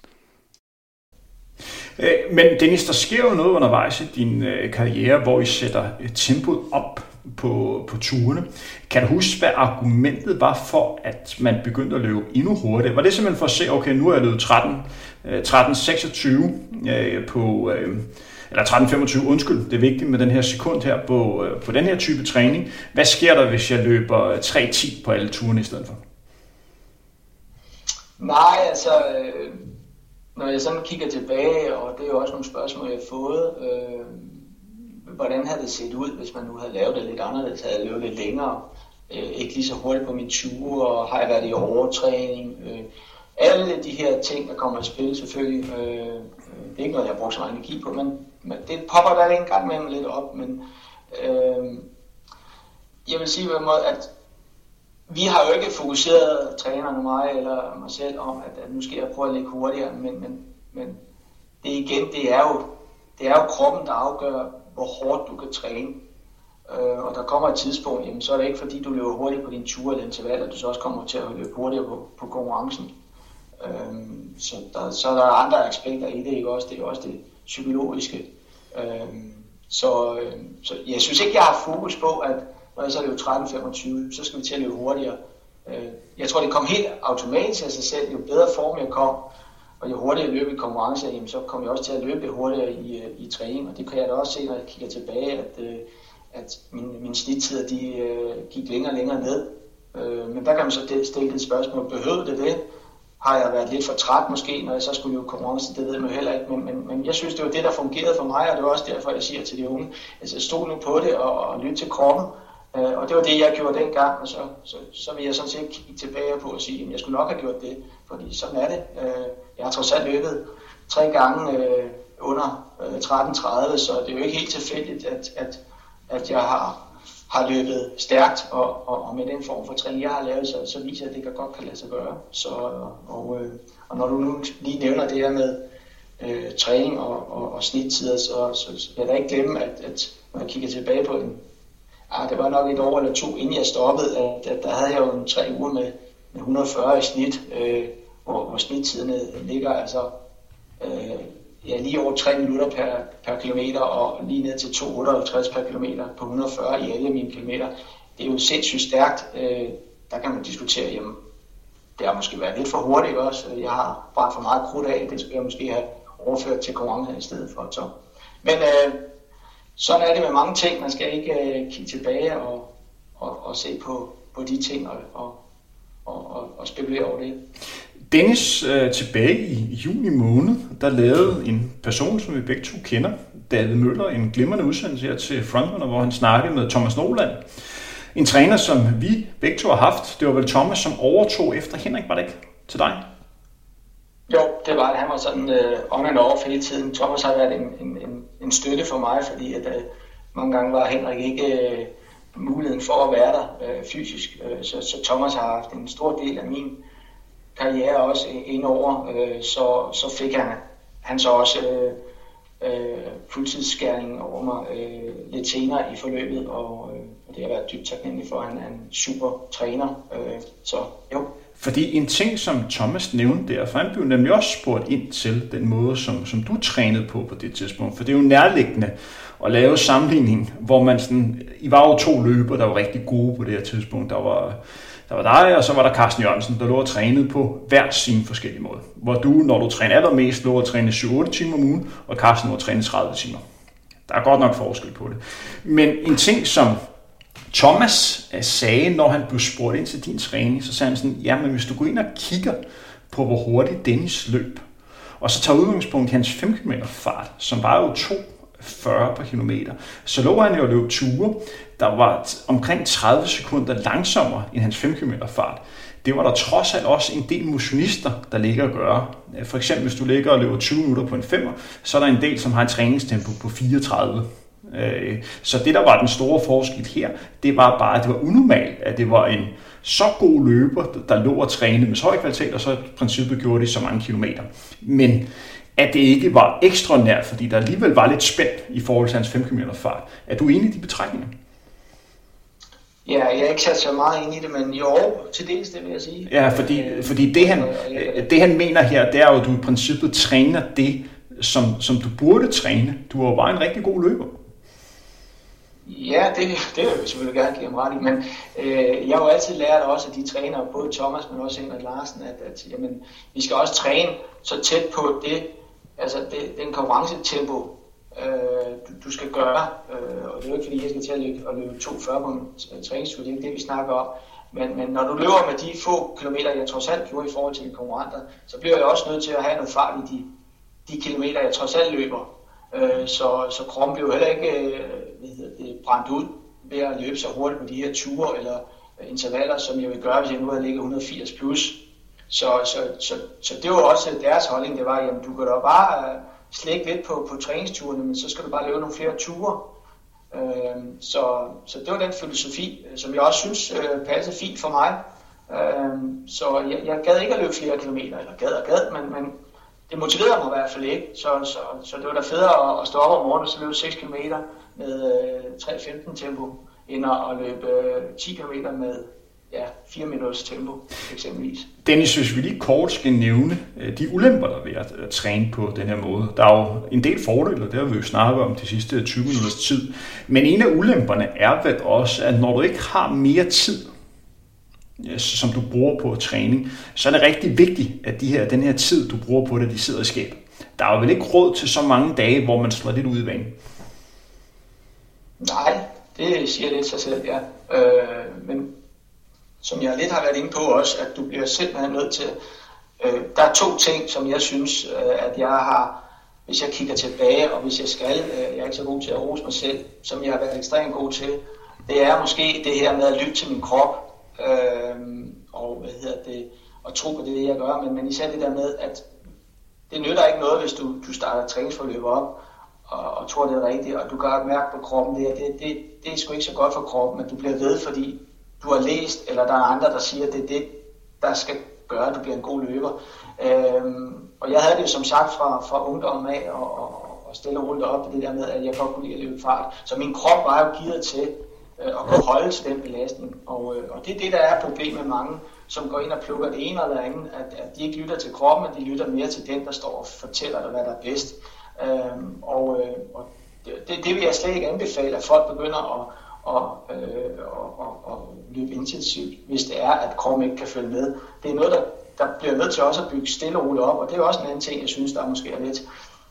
Men Dennis, der sker jo noget undervejs i din karriere, hvor I sætter tempoet op på, på turene. Kan du huske, hvad argumentet var for, at man begyndte at løbe endnu hurtigere? Var det simpelthen for at se, okay, nu er jeg løbet tretten seksogtyve på, eller tretten femogtyve, undskyld, det er vigtigt med den her sekund her på, på den her type træning. Hvad sker der, hvis jeg løber tre ti på alle turene i stedet for? Nej, altså, når jeg sådan kigger tilbage, og det er jo også nogle spørgsmål, jeg har fået, øh, hvordan havde det set ud, hvis man nu havde lavet det lidt anderledes, havde jeg løbet lidt længere, øh, ikke lige så hurtigt på min ture, og har jeg været i overtræning. Øh, alle de her ting, der kommer i spil selvfølgelig, øh, det er ikke noget, jeg har brugt så meget energi på, men, men det popper der en gang med lidt op, men øh, jeg vil sige på en måde, at vi har jo ikke fokuseret trænerne, mig eller mig selv, om, at, at nu skal jeg prøve at ligge hurtigere, men, men, men det igen, det er jo, det er jo kroppen, der afgør, hvor hårdt du kan træne. Øh, og der kommer et tidspunkt, jamen, så er det ikke fordi, du løber hurtigt på din tur eller interval, at du så også kommer til at løbe hurtigere på, på konkurrencen. Øh, så, der, så er der andre aspekter i det, ikke også? Det er også det psykologiske. Øh, så, øh, så jeg synes ikke, jeg har fokus på, at når jeg så løber tretten femogtyve, så skal vi til at løbe hurtigere. Øh, jeg tror, det kom helt automatisk af sig selv. Jo bedre form jeg kom, og jo hurtigere jeg løb i konkurrence, jamen, så kom jeg også til at løbe lidt hurtigere i, i træning. Og det kan jeg da også se, når jeg kigger tilbage, at, at mine, mine snittider de, uh, gik længere og længere ned. Uh, men der kan man så stille et spørgsmål. Behøvede det det? Har jeg været lidt for træt måske, når jeg så skulle løbe konkurrence? Det ved man jo heller ikke. Men, men, men jeg synes, det var det, der fungerede for mig, og det var også derfor, jeg siger til de unge, altså stod nu på det og, og lytte til kroppen. Uh, og det var det, jeg gjorde dengang, og så, så, så vil jeg sådan set kigge tilbage på og sige, at jeg skulle nok have gjort det, fordi sådan er det. Uh, jeg har trods alt løbet tre gange uh, under uh, tretten tredive, så det er jo ikke helt tilfældigt, at, at, at jeg har, har løbet stærkt, og, og, og med den form for træning, jeg har lavet, så, så viser at det kan godt kan lade sig gøre. Så, og, uh, og når du nu lige nævner det her med uh, træning og, og, og snittider, så, så, så vil jeg da ikke glemme, at, at når jeg kigger tilbage på den, ja, det var nok et år eller to, inden jeg stoppede, at, at der havde jeg jo en tre uger med, med et hundrede og fyrre i snit, øh, hvor, hvor snittiderne ligger altså øh, ja, lige over tre minutter per, per kilometer, og lige ned til to komma otteoghalvtreds per kilometer på et hundrede og fyrre i alle mine kilometer. Det er jo sindssygt stærkt. Øh, der kan man diskutere, jamen, det har måske været lidt for hurtigt også. Jeg har brændt for meget krudt af, det skulle jeg måske have overført til konkurrence i stedet for. Så. Men øh, sådan er det med mange ting. Man skal ikke uh, kigge tilbage og, og, og se på, på de ting og, og, og, og spekulere over det. Dennis, uh, tilbage i juni måned, der lavede en person, som vi begge to kender, David Møller, en glimrende udsendelse her til Frontrunner, hvor han snakkede med Thomas Noland. En træner, som vi begge to har haft. Det var vel Thomas, som overtog efter Henrik, var det ikke? Til dig? Jo, det var det. Han var sådan uh, on and off hele tiden. Thomas har været en, en, en, en støtte for mig, fordi at, uh, mange gange var Henrik ikke uh, muligheden for at være der uh, fysisk. Uh, så, så Thomas har haft en stor del af min karriere også indover. Uh, så, så fik han, han så også uh, uh, fuldtidsskæring over mig uh, lidt senere i forløbet, og, uh, og det har været dybt taknemmelig for, at han er en super træner. Uh, så jo. Fordi en ting, som Thomas nævnte der, for han blev nemlig også spurgt ind til den måde, som, som du trænede på på det tidspunkt. For det er jo nærliggende at lave sammenligning, hvor man sådan, I var jo to løber, der var rigtig gode på det her tidspunkt. Der var, der var dig, og så var der Carsten Jørgensen, der lå og trænede på hver sin forskellige måde. Hvor du, når du træner allermest, lå og træne syv otte timer om ugen, og Carsten lå og træne tredive timer. Der er godt nok forskel på det. Men en ting, som Thomas sagde, når han blev spurgt ind til din træning, så sagde han sådan, jamen hvis du går ind og kigger på, hvor hurtigt Dennis løb, og så tager udgangspunkt i hans fem kilometer fart, som var jo to komma fyrre per kilometer, så lå han jo at løbe ture, der var omkring tredive sekunder langsommere end hans fem kilometer fart. Det var der trods alt også en del motionister, der ligger at gøre. For eksempel, hvis du ligger og løber tyve minutter på en femmer, så er der en del, som har et træningstempo på fireogtredive. Så det, der var den store forskel her, det var bare, at det var unormalt, at det var en så god løber, der lå og trænede med så høj kvalitet, og så i princippet gjorde det så mange kilometer. Men at det ikke var ekstraordinært, fordi der alligevel var lidt spændt i forhold til hans fem kilometer fart. Er du enig i de betragtninger? Ja, jeg er ikke sat så meget ind i det, men jo, til dels det vil jeg sige. Ja, fordi, fordi det, han, det han mener her, det er jo, at du i princippet træner det, som, som du burde træne. Du er jo bare en rigtig god løber. Ja, det, det vil jeg selvfølgelig gerne give ham ret i, men øh, jeg har jo altid lært også af de trænere, både Thomas, men også Henrik Larsen, at, at jamen, vi skal også træne så tæt på det, altså det, den konkurrencetempo, øh, du, du skal gøre, øh, og det er jo ikke fordi, jeg skal til at løbe, at løbe to komma fyrre på en træningstur, det er ikke det, vi snakker om, men, men når du løber med de få kilometer, jeg trods alt gjorde i forhold til mine konkurrenter, så bliver jeg også nødt til at have noget fart i de, de kilometer, jeg trods alt løber. øh, så, så kroppen bliver jo heller ikke øh, hvad hedder det, brændt ud ved at løbe så hurtigt på de her ture eller intervaller, som jeg vil gøre, hvis jeg nu havde ligget et hundrede og firs plus. Så, så, så, så det var også deres holdning, det var, jamen du kan da bare uh, slække lidt på, på træningsturene, men så skal du bare løbe nogle flere ture. Uh, så, så det var den filosofi, som jeg også synes uh, passede fint for mig. Uh, så jeg, jeg gad ikke at løbe flere kilometer, eller gad og gad, men, men det motiverede mig i hvert fald ikke. Så, så, så det var da federe at, at stå op om morgenen og så løbe seks kilometer med uh, tre femten tempo, end at løbe uh, ti kilometer med ja, fire minutters tempo, eksempelvis. Dennis, hvis vi lige kort skal nævne de ulemper, der er ved at træne på den her måde. Der er jo en del fordele, det har vi jo snakket om de sidste tyve minutters tid. Men en af ulemperne er vel også, at når du ikke har mere tid, som du bruger på træning, så er det rigtig vigtigt, at de her, den her tid, du bruger på det, de sidder i skab. Der er jo vel ikke råd til så mange dage, hvor man slår lidt ud i vanen? Nej, det siger lidt sig selv, ja. Øh, men som jeg lidt har været inde på også, at du bliver simpelthen nødt til. Øh, der er to ting, som jeg synes, øh, at jeg har, hvis jeg kigger tilbage, og hvis jeg skal, øh, jeg er ikke så god til at rose mig selv, som jeg har været ekstremt god til, det er måske det her med at lytte til min krop, øh, og hvad hedder det, og tro på det, jeg gør, men, men især det der med, at det nytter ikke noget, hvis du, du starter træningsforløb op, og, og tror, det er rigtigt, og du gør mærke på kroppen, det, det, det, det er sgu ikke så godt for kroppen, at du bliver ved, fordi du har læst, eller der er andre, der siger, at det er det, der skal gøre, at du bliver en god løber. Øhm, og jeg havde det jo som sagt fra, fra ungdommen af, og, og, og stille og roligt op det der med, at jeg godt kunne lide at løbe fart. Så min krop var jo gearet til øh, at kunne holde til den belastning. Og, øh, og det er det, der er problemet med mange, som går ind og plukker det ene eller andet, at, at de ikke lytter til kroppen, men de lytter mere til den, der står og fortæller dig, hvad der er bedst. Øhm, og øh, og det, det vil jeg slet ikke anbefale, at folk begynder at Og, øh, og, og, og løbe intensivt, hvis det er, at kroppen ikke kan følge med. Det er noget, der, der bliver nødt til også at bygge stille og roligt op, og det er også en anden ting, jeg synes, der måske er lidt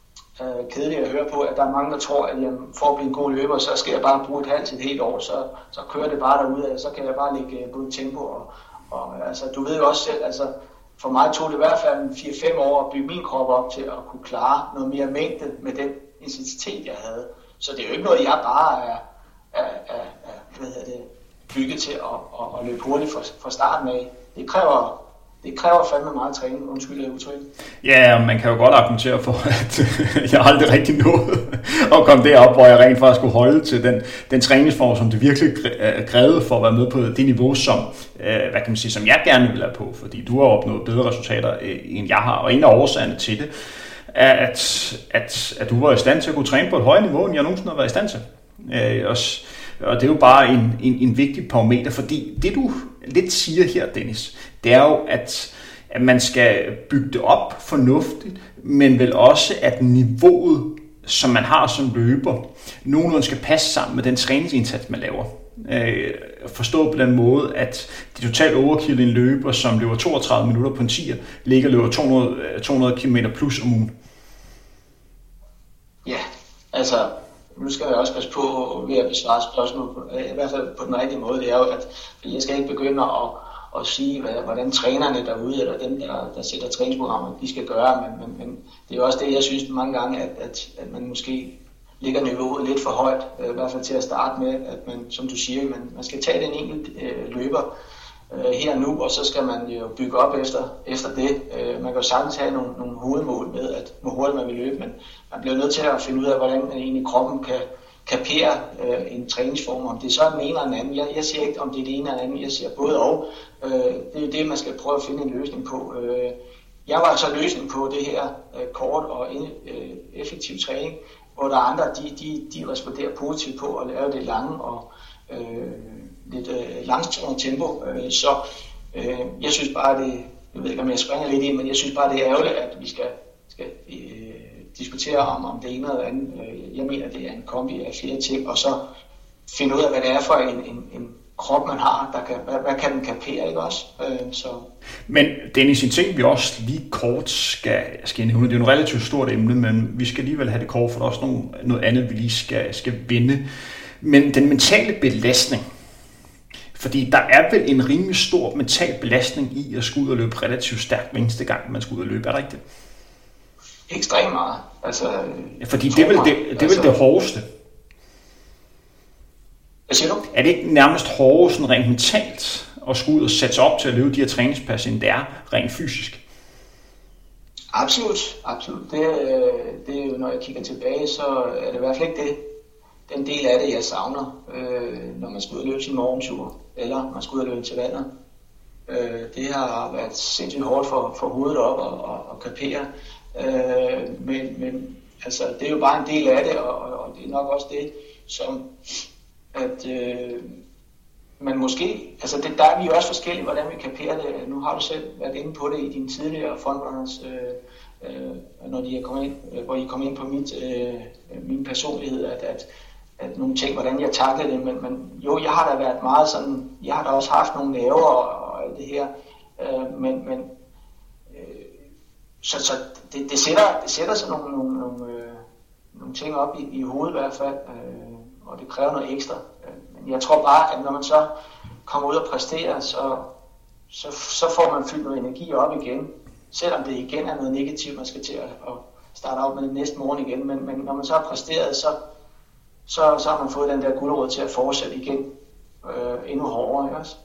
øh, kedeligt at høre på, at der er mange, der tror, at jamen, for at blive en god løber, så skal jeg bare bruge et halvt til et helt år, så, så kører det bare derudad, så kan jeg bare lægge både tempo, og, og altså, du ved jo også selv, altså, for mig tog det i hvert fald fire fem år at bygge min krop op til at kunne klare noget mere mængde med den intensitet, jeg havde. Så det er jo ikke noget, jeg bare er Er, er, er hvad hedder det, bygget til at, at, at løbe hurtigt fra, fra starten af. Det kræver, det kræver fandme meget træning, undskyld jeg udtryk. Ja, man kan jo godt argumentere for, at jeg aldrig rigtig nået at komme derop, hvor jeg rent faktisk skulle holde til den, den træningsform, som det virkelig krævede for at være med på det niveau, som, hvad kan man sige, som jeg gerne vil have på, fordi du har opnået bedre resultater, end jeg har, og en af årsagerne til det, er, at, at, at du var i stand til at kunne træne på et højere niveau, end jeg nogensinde har været i stand til. Øh, og det er jo bare en, en, en vigtig parameter, fordi det du lidt siger her, Dennis, det er jo, at, at man skal bygge det op fornuftigt, men vel også, at niveauet, som man har som løber, nogenlunde skal passe sammen med den træningsindsats, man laver. Øh, forstå på den måde, at det totalt overkill en løber, som løber toogtredive minutter på en tier, ligger og løber to hundrede kilometer plus om ugen. Ja, altså nu skal jeg også passe på ved at besvare spørgsmål, i hvert fald på den rigtige måde. Det er jo, at jeg skal ikke begynde at, at sige, hvad, hvordan trænerne derude, eller dem, der, der sætter træningsprogrammer, de skal gøre. Men, men, men det er jo også det, jeg synes mange gange, at, at, at man måske ligger niveauet lidt for højt, i hvert fald til at starte med, at man, som du siger, man, man skal tage den enkelt øh, løber øh, her nu, og så skal man jo bygge op efter, efter det. Øh, man kan jo sagtens have nogle, nogle hovedmål med, at hvor hurtigt man vil løbe, men man bliver nødt til at finde ud af, hvordan man egentlig kroppen kan kapere øh, en træningsform, om det er så den ene eller den anden. Jeg, jeg siger ikke, om det er det ene eller andet, jeg siger både og. Øh, det er jo det, man skal prøve at finde en løsning på. Øh, jeg var så løsning på det her øh, kort og øh, effektiv træning, hvor der er andre, de, de, de responderer positivt på at lave det lange og øh, lidt øh, langsommere tempo. Øh, så øh, jeg synes bare, det, jeg ved ikke, om jeg springer lidt i, men jeg synes bare, det er ærgerligt, at vi skal, skal øh, diskutere om, om det ene eller andet. Jeg mener, det er en kombi af flere ting, og så finde ud af, hvad det er for en, en, en krop, man har, der kan, hvad, hvad kan den kapere, ikke også? Øh, så. Men Dennis, en ting, vi også lige kort skal, skal nævne, det er jo et relativt stort emne, men vi skal alligevel have det kort, for der er også noget, noget andet, vi lige skal, skal vende. Men den mentale belastning, fordi der er vel en rimelig stor mental belastning i at skulle ud og løbe relativt stærkt hver eneste gang, man skal ud og løbe, er det rigtigt? Ekstremt meget. Altså, ja, fordi det er vel det, det, er altså, vel det hårdeste. Hvad siger du? Er det ikke nærmest hårdest sådan rent mentalt at skulle ud og sætte sig op til at løbe de her træningspas, end det er rent fysisk? Absolut, absolut. Det, det er jo, når jeg kigger tilbage, så er det i hvert fald ikke det. Den del af det, jeg savner, øh, når man skal ud og løbe sin morgentur, eller man skal ud og løbe intervaller. Øh, det har været sindssygt hårdt for, for hovedet op og, og, og kapere. Øh, men, men altså, det er jo bare en del af det, og, og det er nok også det, som at øh, man måske, altså det, der er vi også forskellige, hvordan vi kaperer det. Nu har du selv været inde på det i dine tidligere frontrunners, øh, øh, når de er kommet ind, øh, hvor I kom ind på mit, øh, min personlighed, at, at, at nogle ting, hvordan jeg takler det, men, men jo, jeg har da været meget sådan, jeg har da også haft nogle nerver og, og alt det her, øh, men, men øh, så, så det, det, sætter, det sætter sådan nogle, nogle, nogle, øh, nogle ting op i, i hovedet i hvert fald, øh, og det kræver noget ekstra. Men jeg tror bare, at når man så kommer ud og præsterer, så, så, så får man fyldt noget energi op igen. Selvom det igen er noget negativt, man skal til at, at starte op med næste morgen igen. Men, men når man så har præsteret, så, så, så har man fået den der gulerod til at fortsætte igen øh, endnu hårdere. Ikke også?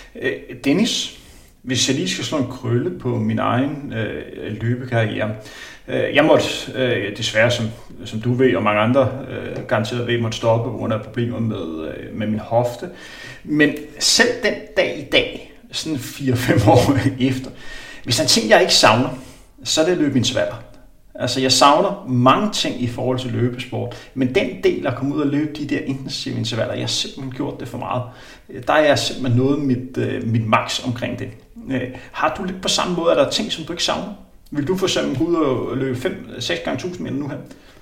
Dennis, hvis jeg lige skal slå en krølle på min egen øh, løbekarriere. Jeg måtte øh, desværre, som, som du ved, og mange andre øh, garanteret ved, måtte stoppe på grund af problemer med, øh, med min hofte. Men selv den dag i dag, sådan fire fem år efter, hvis der er ting, jeg ikke savner, så er det løbeintervaller. Altså, jeg savner mange ting i forhold til løbesport, men den del at komme ud og løbe de der intensive intervaller, jeg har simpelthen gjort det for meget. Der er jeg simpelthen nået mit, øh, mit max omkring det. Øh, har du lidt på samme måde, at der er ting, som du ikke savner? Vil du for eksempel gå ud og løbe fem seks gange tusind meter nu her?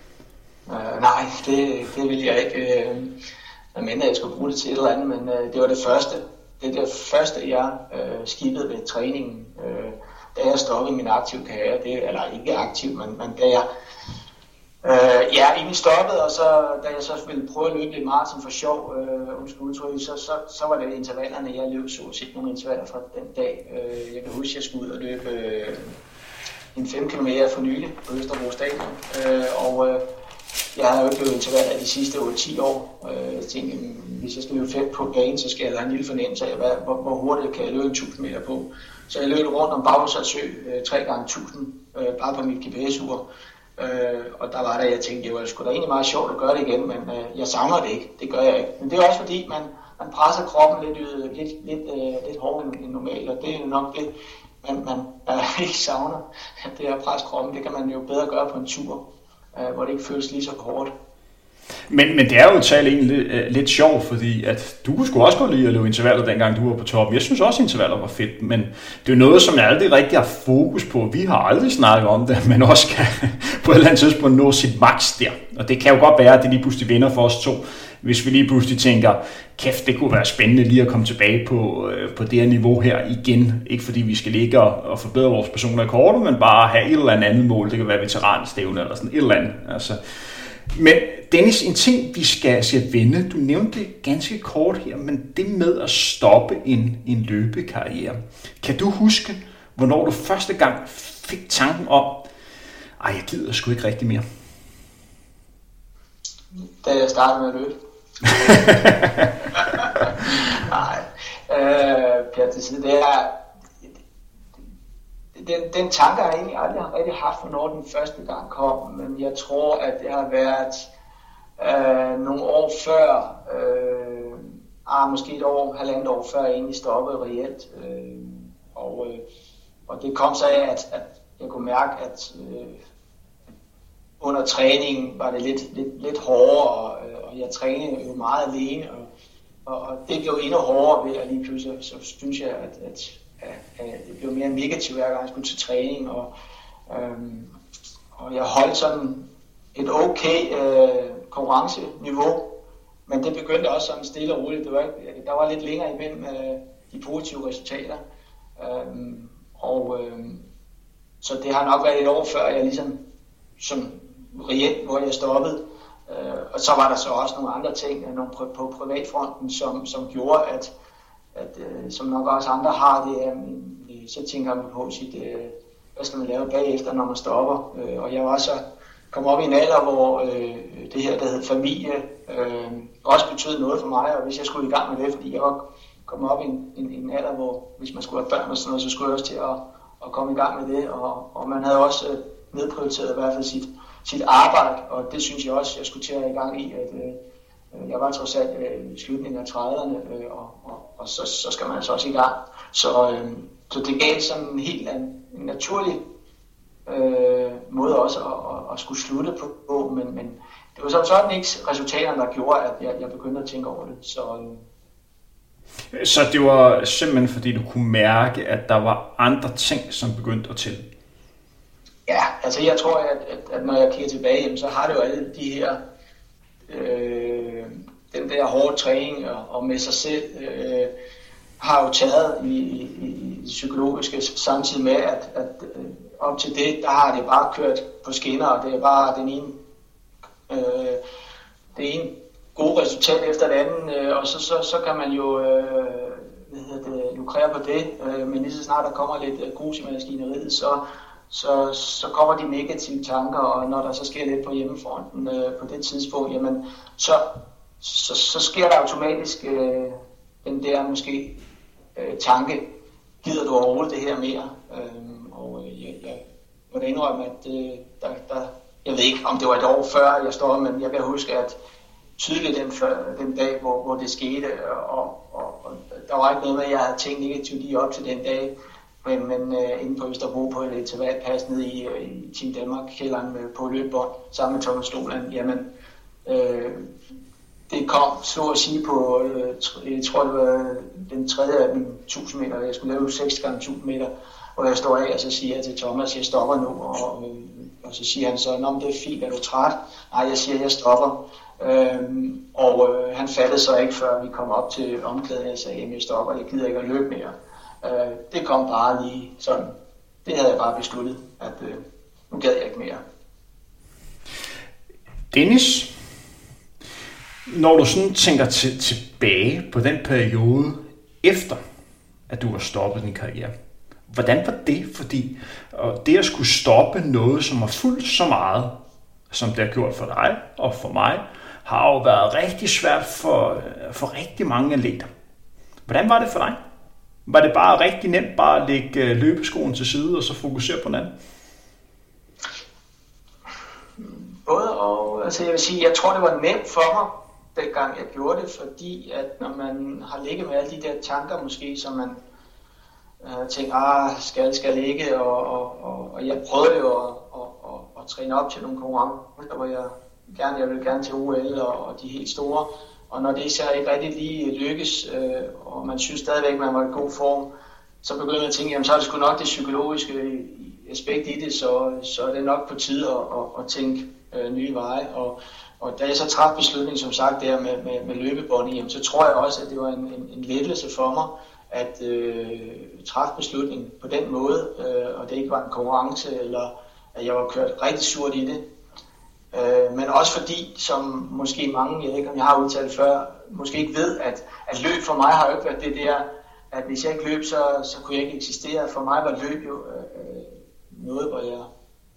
Uh, nej, det, det vil jeg ikke. Uh, jeg mener, jeg skulle bruge det til et eller andet, men uh, det var det første. Det er det første, jeg uh, skippede ved træningen, uh, da jeg stoppede min aktive karriere. Det, eller ikke aktiv, men, men da jeg uh, ja, egentlig stoppede, og så da jeg så ville prøve at løbe lidt maraton for sjov, uh, undskyld udtryk, så, så, så var det intervallerne, jeg løb så set nogle intervaller fra den dag. Uh, jeg kan huske, at jeg skulle ud og løbe uh, en fem kilometer for nylig på Østerbro Stadion, øh, og øh, jeg har jo ikke løbet intervaller de sidste otte ti år. Øh, jeg tænkte, hvis jeg skal løbe fem på banen, så skal jeg have en lille fornemmelse af, hvad, hvor, hvor hurtigt kan jeg løbe tusind meter på. Så jeg løb rundt om Baglands Sø øh, tre gange tusind, øh, bare på mit G P S-ur. Øh, og der var der, jeg tænkte, det var sgu da egentlig meget sjovt at gøre det igen, men øh, jeg savner det ikke. Det gør jeg ikke. Men det er også fordi, man, man presser kroppen lidt, lidt, lidt, øh, lidt hårdere end normalt, og det er nok det, man, man øh, ikke savner. Det at presse kroppen, det kan man jo bedre gøre på en tur, øh, hvor det ikke føles lige så hårdt. Men, men det er jo talt egentlig lidt, lidt sjovt, fordi at du kunne sgu også godt lide at løbe intervaller, dengang du var på toppen. Jeg synes også, at intervaller var fedt, men det er jo noget, som jeg aldrig rigtig har fokus på. Vi har aldrig snakket om det, men også kan på et eller andet tidspunkt nå sit max der. Og det kan jo godt være, at det lige pludselig vinder for os to, hvis vi lige pludselig tænker, kæft, det kunne være spændende lige at komme tilbage på, øh, på det her niveau her igen. Ikke fordi vi skal ligge og, og forbedre vores personer i kortet, men bare have et eller andet mål. Det kan være veteranstævne eller sådan et eller andet. Altså. Men Dennis, en ting, vi skal, skal vende, du nævnte det ganske kort her, men det med at stoppe en, en løbekarriere. Kan du huske, hvornår du første gang fik tanken om, ej, jeg gider sgu ikke rigtig mere? Da jeg startede med at løbe. Nej, øh, Per til side, det er, den, den tanke har jeg egentlig aldrig rigtig haft, hvornår den første gang kom, men jeg tror, at det har været øh, nogle år før, øh, ah, måske et år, halvandet år før jeg egentlig stoppede reelt, øh, og, øh, og det kom så af, at, at jeg kunne mærke, at øh, under træningen var det lidt, lidt, lidt hårdere, og, og jeg trænede jo meget alene, og, og, og det blev endnu hårdere ved, at lige pludselig så synes jeg, at, at, at, at det blev mere negativt, hver gang jeg skulle til træning, og, øhm, og jeg holdt sådan et okay øh, konkurrenceniveau, men det begyndte også sådan stille og roligt. Det var ikke, der var lidt længere imellem øh, de positive resultater, øhm, og øh, så det har nok været et år før jeg ligesom som reelt, hvor jeg stoppede. Øh, og så var der så også nogle andre ting nogle på, på privatfronten, som, som gjorde, at, at øh, som nok også andre har det, øh, så tænker man på sit, øh, hvad skal man lave bagefter, når man stopper. Øh, og jeg var så kom op i en alder, hvor øh, det her, der hed familie, øh, også betød noget for mig, og hvis jeg skulle i gang med det, fordi jeg var kommet op i en, en, en alder, hvor hvis man skulle have børn og sådan noget, så skulle jeg også til at, at komme i gang med det, og, og man havde også øh, nedprioriteret i hvert fald sit, sit arbejde, og det synes jeg også, jeg skulle til at i gang i, at øh, jeg var trods alt øh, i slutningen af trediverne, øh, og, og, og så, så skal man altså også i gang. Så, øh, så det gav sådan en helt en, en naturlig øh, måde også at, at, at skulle slutte på, men, men det var så sådan ikke resultaterne, der gjorde, at jeg, jeg begyndte at tænke over det. Så, øh. så det var simpelthen fordi, du kunne mærke, at der var andre ting, som begyndte at tælle? Ja, altså jeg tror, at, at, at når jeg kigger tilbage, så har det jo alle de her, øh, den der hårde træning og, og med sig selv, øh, har jo taget i, i, i det psykologiske, samtidig med, at, at øh, op til det, der har det bare kørt på skinner, og det er bare den ene, øh, det ene gode resultat efter det andet, øh, og så, så, så kan man jo øh, hvad hedder det, lukrere på det, øh, men lige så snart der kommer lidt øh, grus i maskineriet, så Så, så kommer de negative tanker, og når der så sker lidt på hjemmefronten øh, på det tidspunkt, jamen, så, så, så sker der automatisk øh, den der måske øh, tanke, gider du overhovedet det her mere? Øh, og øh, jeg, jeg må da indrømme, at øh, der, der, jeg ved ikke, om det var et år før jeg står, men jeg kan huske, at tydeligt den, den dag, hvor, hvor det skete, og, og, og der var ikke noget med, at jeg havde tænkt negativt lige op til den dag. Men, men uh, inde på Østerbro på et intervalpas nede i, uh, i Team Danmark-kælderen uh, på løbebånd sammen med Thomas Stoland, jamen uh, det kom så at sige på, uh, jeg tror det var den tredje af den tusind meter, jeg skulle lave seks gange tusind meter, hvor jeg står af, og så siger jeg til Thomas, jeg stopper nu, og, uh, og så siger han så, nå, men det er fint, er du træt? Nej, jeg siger, jeg stopper. Uh, og uh, han fattede så ikke, før vi kom op til omklæden, og sagde, jamen jeg stopper, jeg gider ikke at løbe mere. Uh, det kom bare lige sådan. Det havde jeg bare besluttet, at uh, nu gad jeg ikke mere. Dennis, når du sådan tænker til, tilbage på den periode efter, at du har stoppet din karriere, hvordan var det? Fordi og det at skulle stoppe noget, som har fulgt så meget, som det har gjort for dig og for mig, har jo været rigtig svært for, for rigtig mange atleter. Hvordan var det for dig? Var det bare rigtig nemt bare at lægge løbeskoen til side og så fokusere på den anden? Både og, altså jeg vil sige, jeg tror det var nemt for mig, dengang jeg gjorde det, fordi at når man har ligget med alle de der tanker måske, som man øh, tænker, ah, skal, skal ikke, og, og, og, og jeg prøvede jo at, at, at, at træne op til nogle konkurrencer, hvor jeg gerne, jeg vil gerne til O L og, og de helt store. Og når det så ikke rigtig lige lykkes, øh, og man synes stadigvæk, at man var i god form, så begynder jeg at tænke, jamen så er det sgu nok det psykologiske aspekt i det, så, så er det nok på tide at, at, at tænke øh, nye veje. Og, og da jeg så træffede beslutningen, som sagt, der med, med, med løbebånd, jamen, så tror jeg også, at det var en, en, en lettelse for mig, at øh, træffe beslutningen på den måde, øh, og det ikke var en konkurrence, eller at jeg var kørt rigtig surt i det. Øh, men også fordi, som måske mange, jeg ved ikke om jeg har udtalt før, måske ikke ved, at, at løb for mig har jo ikke været det der, at hvis jeg ikke løb, så, så kunne jeg ikke eksistere. For mig var løb jo øh, noget, hvor jeg,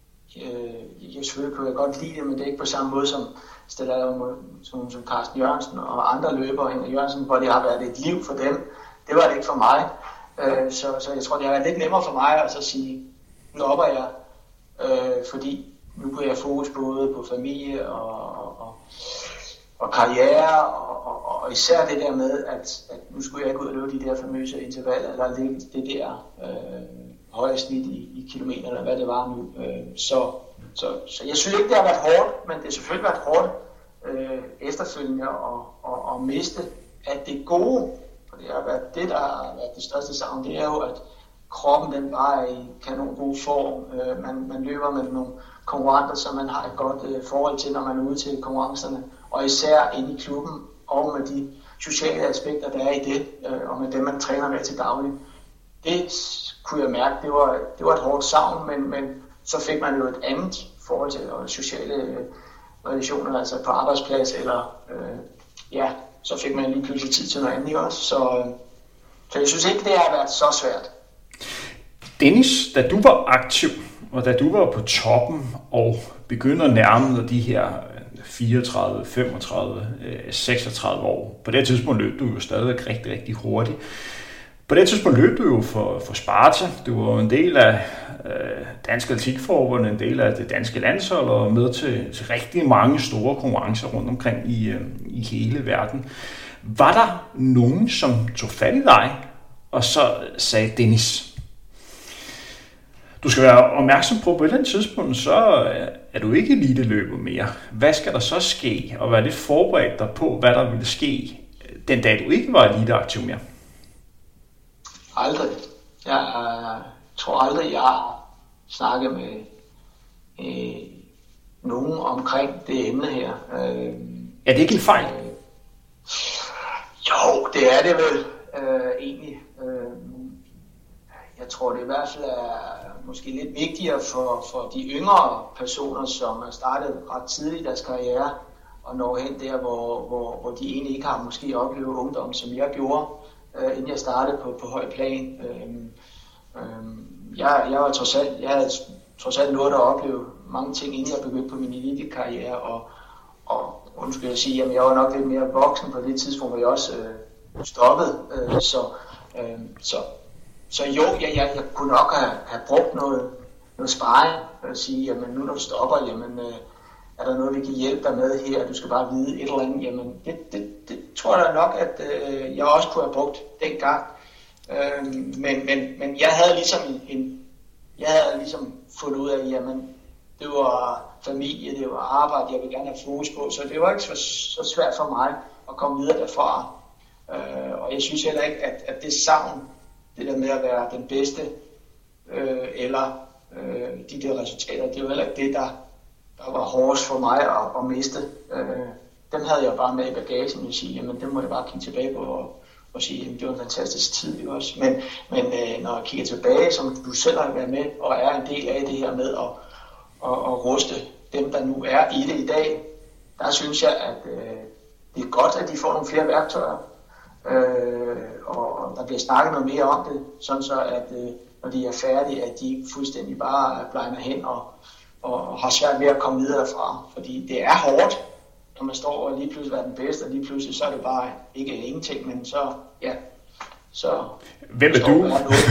øh, jeg selvfølgelig kunne jeg godt lide det, men det er ikke på samme måde som som, som Carsten Jørgensen og andre løbere, Henrik Jørgensen, hvor det har været et liv for dem. Det var det ikke for mig. Øh, så, så jeg tror, det har været lidt nemmere for mig at så sige, nu opper jeg, øh, fordi nu kunne jeg fokus både på familie og, og, og karriere, og, og, og især det der med, at, at nu skulle jeg ikke ud og løbe de der famøse intervaller, eller ligge det der øh, høje snit i, i kilometer, eller hvad det var nu. Øh, så, så, så jeg synes ikke, det har været hårdt, men det har selvfølgelig været hårdt øh, efterfølgende at, at, at miste, at det gode, for det har været det, der har været det største savn, det er jo, at kroppen den bare er i kanon god form. Øh, man, man løber med nogle konkurrenter, som man har et godt øh, forhold til, når man er ude til konkurrencerne, og især inde i klubben, og med de sociale aspekter, der er i det, øh, og med dem, man træner med til daglig. Det kunne jeg mærke, det var, det var et hårdt savn, men, men så fik man jo et andet forhold til og sociale øh, relationer, altså på arbejdsplads, eller øh, ja, så fik man lige pludselig tid til noget andet, ikke også? Så, øh, så jeg synes ikke, det har været så svært. Dennis, da du var aktiv, og da du var på toppen og begyndte at nærme dig de her fireogtredive, femogtredive, seksogtredive år, på det tidspunkt løb du jo stadigvæk rigtig, rigtig hurtigt. På det tidspunkt løb du jo for, for Sparta. Du var en del af øh, Dansk Atletikforbund, en del af det danske landshold og med til, til rigtig mange store konkurrencer rundt omkring i, øh, i hele verden. Var der nogen, som tog fat i dig og så sagde, Dennis, du skal være opmærksom på, på et eller andet tidspunkt, så er du ikke eliteløber mere. Hvad skal der så ske? Og være lidt forberedt dig på, hvad der ville ske den dag, du ikke var eliteaktiv mere? Aldrig. Jeg øh, tror aldrig, jeg har snakket med øh, nogen omkring det emne her. Øh, er det ikke en fejl? Øh, jo, det er det vel øh, egentlig. Øh, jeg tror, det i hvert fald er måske lidt vigtigere for, for de yngre personer, som er startet ret tidligt i deres karriere, og når hen der, hvor, hvor, hvor de egentlig ikke har måske oplevet ungdom, som jeg gjorde, øh, inden jeg startede på, på høj plan. Øh, øh, jeg, jeg var trods alt, jeg havde trods alt nået at opleve mange ting, inden jeg begyndte på min elitekarriere, og, og undskyld at sige, jamen jeg var nok lidt mere voksen på det tidspunkt, hvor jeg også øh, stoppede, øh, så, øh, så Så jo, jeg, jeg, jeg kunne nok have, have brugt noget, noget sparring og sige, jamen nu når du stopper, jamen øh, er der noget, vi kan hjælpe dig med her, du skal bare vide et eller andet, jamen det, det, det tror jeg nok, at øh, jeg også kunne have brugt dengang. Øh, men, men, men jeg havde ligesom en, en, jeg havde ligesom fundet ud af, jamen det var familie, det var arbejde, jeg ville gerne have fokus på, så det var ikke så, så svært for mig at komme videre derfra. Øh, og jeg synes heller ikke, at, at det savn, det der med at være den bedste, øh, eller øh, de der resultater, det var heller ikke det, der, der var hårdest for mig at, at miste. Øh, dem havde jeg bare med i bagagen og sige, jamen det må jeg bare kigge tilbage på og, og sige, jamen det var en fantastisk tid også. Men, men øh, når jeg kigger tilbage, som du selv har været med og er en del af det her med at, at, at ruste dem, der nu er i det i dag, der synes jeg, at øh, det er godt, at de får nogle flere værktøjer. Øh, og, og der bliver snakket noget mere om det, sådan så at øh, når de er færdige, at de fuldstændig bare blegner hen og, og har svært ved at komme videre derfra. Fordi det er hårdt, når man står og lige pludselig er den bedste, og lige pludselig så er det bare ikke ingenting, men så, ja, så... Hvem er du?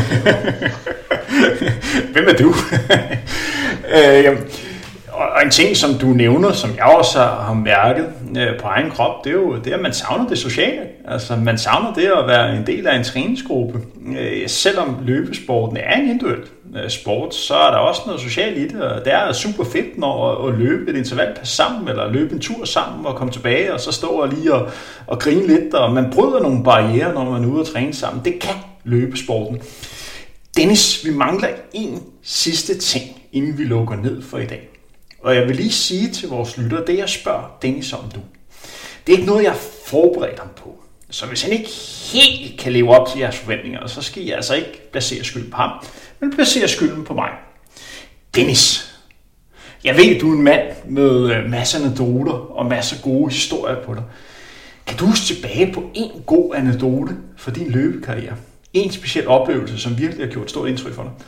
Hvem er du? øh, Og en ting, som du nævner, som jeg også har mærket øh, på egen krop, det er jo det, at man savner det sociale. Altså, man savner det at være en del af en træningsgruppe. Øh, selvom løbesporten er en individuel øh, sport, så er der også noget socialt i det, og det er super fedt, når at løbe et intervalpas sammen, eller løbe en tur sammen og komme tilbage, og så stå og lige og, og grine lidt, og man bryder nogle barrierer, når man er ude og træne sammen. Det kan løbesporten. Dennis, vi mangler en sidste ting, inden vi lukker ned for i dag. Og jeg vil lige sige til vores lyttere, det jeg spørger Dennis om du, det er ikke noget, jeg har forberedt ham på. Så hvis han ikke helt kan leve op til jeres forventninger, så skal I altså ikke placere skylden på ham, men placere skylden på mig. Dennis, jeg ved, du er en mand med masser af anekdoter og masser af gode historier på dig. Kan du huske tilbage på en god anekdote for din løbekarriere? En speciel oplevelse, som virkelig har gjort stort indtryk for dig?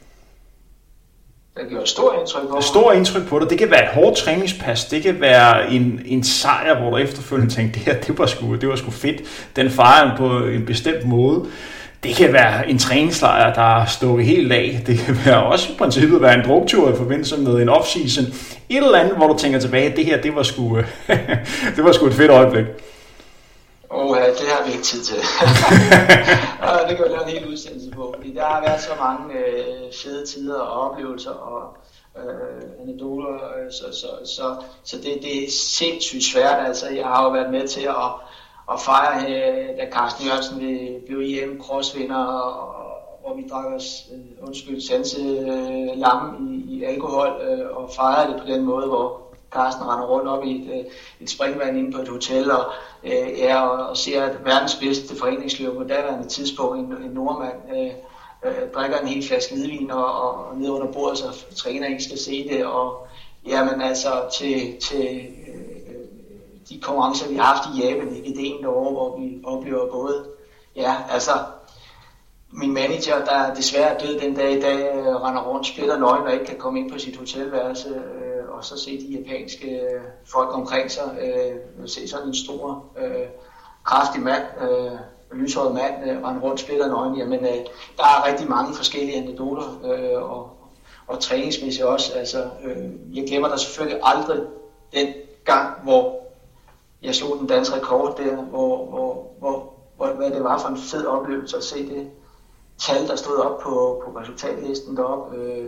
Det gjorde stor indtryk på dig. Stor indtryk på dig. Det kan være et hårdt træningspas. Det kan være en, en sejr, hvor du efterfølgende tænkte, det her, det var sgu, det var sgu fedt. Den fejrer på en bestemt måde. Det kan være en træningslejr, der er stukket helt af. Det kan være også i princippet være en druktur i forbindelse med en off-season. Et eller andet, hvor du tænker tilbage, det her, det var sgu, det var sgu et fedt øjeblik. Åh, oh, ja, det har vi ikke tid til. Det kan vi lave en hel udsendelse på. Fordi der har været så mange øh, fede tider og oplevelser og øh, anekdoter, øh, så, så, så, så det, det er sindssygt svært. Altså, jeg har jo været med til at, at fejre, øh, da Carsten Jørgensen blev I M-crossvinder, og, hvor vi drak os, øh, undskyld, sanse øh, lam i, i alkohol, øh, og fejrede det på den måde, hvor Carsten render rundt op i et, et springvand inde på et hotel og, øh, ja, og, og ser, at verdens bedste foreningsløber på daværende tidspunkt, en, en nordmand, øh, øh, drikker en hel flaske hvidvin og, og, og ned under bordet, så træner ikke skal se det. Og jamen altså til, til øh, de konkurrencer, vi har haft i Japan, ikke det ene år, hvor vi oplever både, ja altså min manager, der desværre er død den dag i dag, øh, render rundt, splitter nøgen og ikke kan komme ind på sit hotelværelse, øh, og så se de japanske øh, folk omkring sig, øh, se sådan en stor, øh, kraftig mand, øh, lyshåret mand, øh, render rundt, splitter nøgen. Jamen, øh, der er rigtig mange forskellige anekdoter, øh, og, og træningsmæssigt også. Altså, øh, jeg glemmer der selvfølgelig aldrig den gang, hvor jeg slog den danske rekord der, hvor, hvor, hvor, hvor hvad det var for en fed oplevelse at se det tal, der stod op på, på resultatlisten deroppe, øh,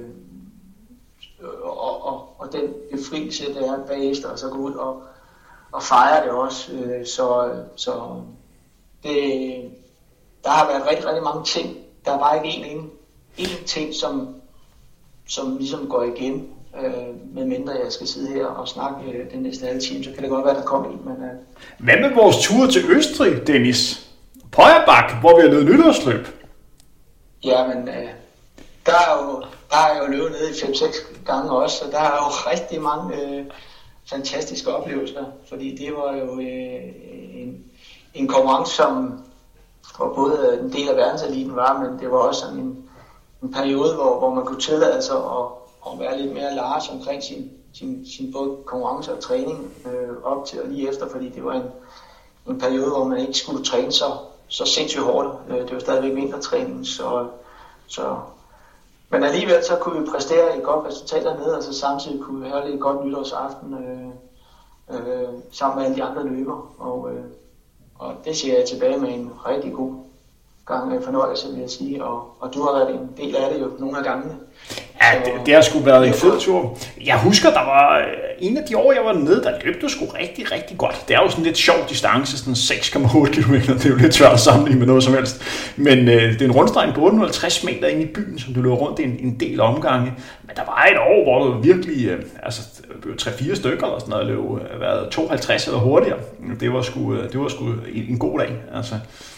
og, og, og den befrielse, der er bagefter, og så gå ud og, og fejre det også. Øh, så så det, der har været rigtig, rigtig mange ting. Der er bare ikke en, en ting, som, som ligesom går igen. Øh, med mindre jeg skal sidde her og snakke øh, den næste halve time, så kan det godt være, der kommer en. Men, øh... Hvad med vores tur til Østrig, Dennis? Pøjerbak, hvor vi har løbet nytårsløb. Ja, men øh, der er jo der er jo løbet ned i fem seks gange også, så der er jo rigtig mange øh, fantastiske oplevelser, fordi det var jo øh, en, en konkurrence, som hvor både en del af verdenseliten var, men det var også sådan en, en periode, hvor, hvor man kunne tillade sig at og være lidt mere large omkring sin, sin, sin både konkurrence og træning øh, op til og lige efter, fordi det var en, en periode, hvor man ikke skulle træne så, så sindssygt hårdt. Øh, det var stadigvæk vintertræning, så, så men alligevel så kunne vi præstere et godt resultat dernede, og så samtidig kunne vi have lidt godt nytårsaften øh, øh, sammen med alle de andre løber, og, øh, og det ser jeg tilbage med en rigtig god gang fornøjelse, vil jeg sige, og, og du har været en del af det jo nogle af gangene. Ja, det, det har sgu været en fed tur. Jeg husker, der var en af de år, jeg var nede, der løb du sgu rigtig, rigtig godt. Det er jo sådan lidt sjov distance, sådan seks komma otte kilometer. Det er jo lidt svært at sammenligne med noget som helst. Men øh, det er en rundstreg på otte hundrede og halvtreds meter inde i byen, som du løber rundt i en, en del omgange. Men der var et år, hvor du virkelig, øh, altså tre fire stykker eller sådan noget, løb øh, været tooghalvtreds eller hurtigere. Det var sgu, øh, det var sgu en god dag, altså.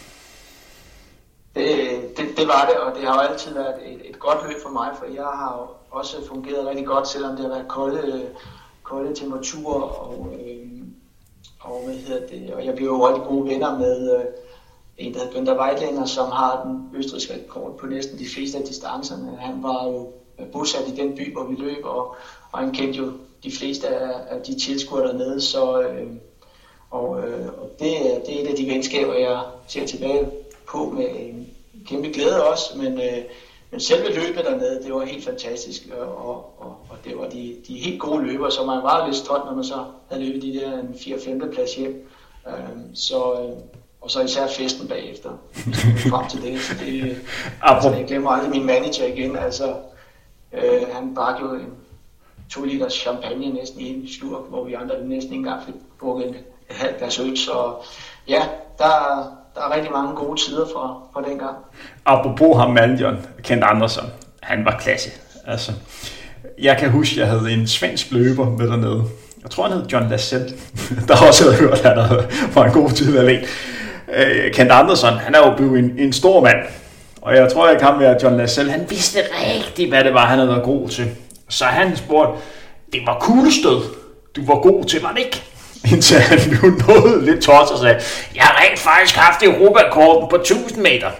Det, det, det var det, og det har jo altid været et, et godt løb for mig, for jeg har jo også fungeret rigtig godt, selvom det har været kolde, kolde temperaturer, og, øh, og, hvad hedder det, og jeg blev jo rigtig gode venner med øh, en, der hedder Günther Weidlinger, som har den østrigske rekord på næsten de fleste af distancerne. Han var jo bosat i den by, hvor vi løb, og, og han kendte jo de fleste af, af de tilskuere dernede, så øh, og, øh, og det, det er et af de venskaber, jeg ser tilbage på med en kæmpe glæde også, men, øh, men selve løbet dernede, det var helt fantastisk, og, og, og det var de, de helt gode løbere, så man var lidt stolt, når man så havde løbet de der fire femte plads hjem, øh, så, øh, og så især festen bagefter, frem til det, så det altså, jeg glemmer aldrig min manager igen, altså øh, han drak jo en to liters champagne næsten i en slurk, hvor vi andre næsten ikke engang fik drukket en halv glas øl, så ja, der Der er rigtig mange gode tider fra, fra den gang. Apropos ham manageren, Kent Andersen, han var klasse. Altså, jeg kan huske, jeg havde en svensk løber med dernede. Jeg tror, han hed John Lascelles. Der har også hørt, at han var en god tid alene. Kent Andersen, han er jo blevet en, en stor mand. Og jeg tror, jeg kan med, at John Lascelles, han vidste rigtigt, hvad det var, han havde været god til. Så han spurgte, det var kuglestød. Du var god til, var det ikke? Indtil han blev noget lidt tosset og sagde, jeg har rent faktisk haft Europarekorden på tusind meter.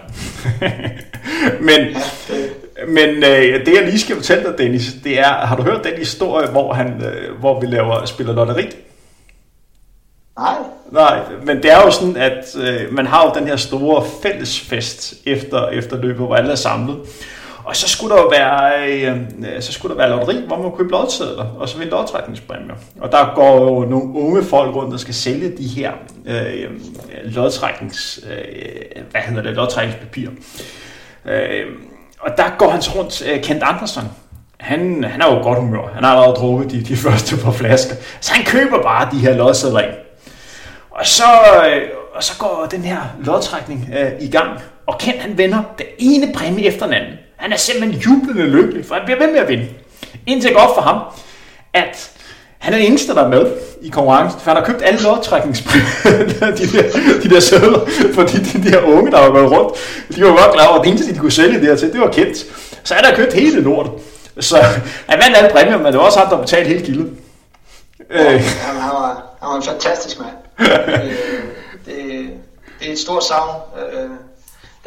men men øh, det jeg lige skal fortælle dig, Dennis, det er, har du hørt den historie, hvor, han, øh, hvor vi laver spiller lotteri? Nej. Nej, men det er jo sådan, at øh, man har jo den her store fællesfest efter, efter løbet, hvor alle er samlet. Og så skulle der jo være, øh, så skulle der være lotteri, hvor man kunne købe lodsedler, og så vinde lodtrækningspræmier. Og der går jo nogle unge folk rundt, der skal sælge de her øh, lodtræknings, øh, hvad hedder det, lodtrækningspapir. Øh, og der går han så rundt, øh, Kent Andersen. Han, han er jo godt humør. Han har allerede drukket de, de første par flasker. Så han køber bare de her lodsedler ind. Og så, øh, og så går den her lodtrækning øh, i gang. Og Kent han vinder den ene præmie efter den anden. Han er simpelthen jublende lykkelig, for han bliver ved med at vinde. Indtil godt for ham, at han er den eneste, der er med i konkurrencen, for han har købt alle lodtrækningspræmier, de der, de der sædler, fordi de der unge, der var gået rundt, de var godt klar over, at det eneste, de kunne sælge det her til, det var Kent. Så han har købt hele lortet. Så han vandt alle præmier, men det var også ham, der betalte hele gildet. Ja, øh. han, var, han var en fantastisk mand. det, det, det er et stort savn. Da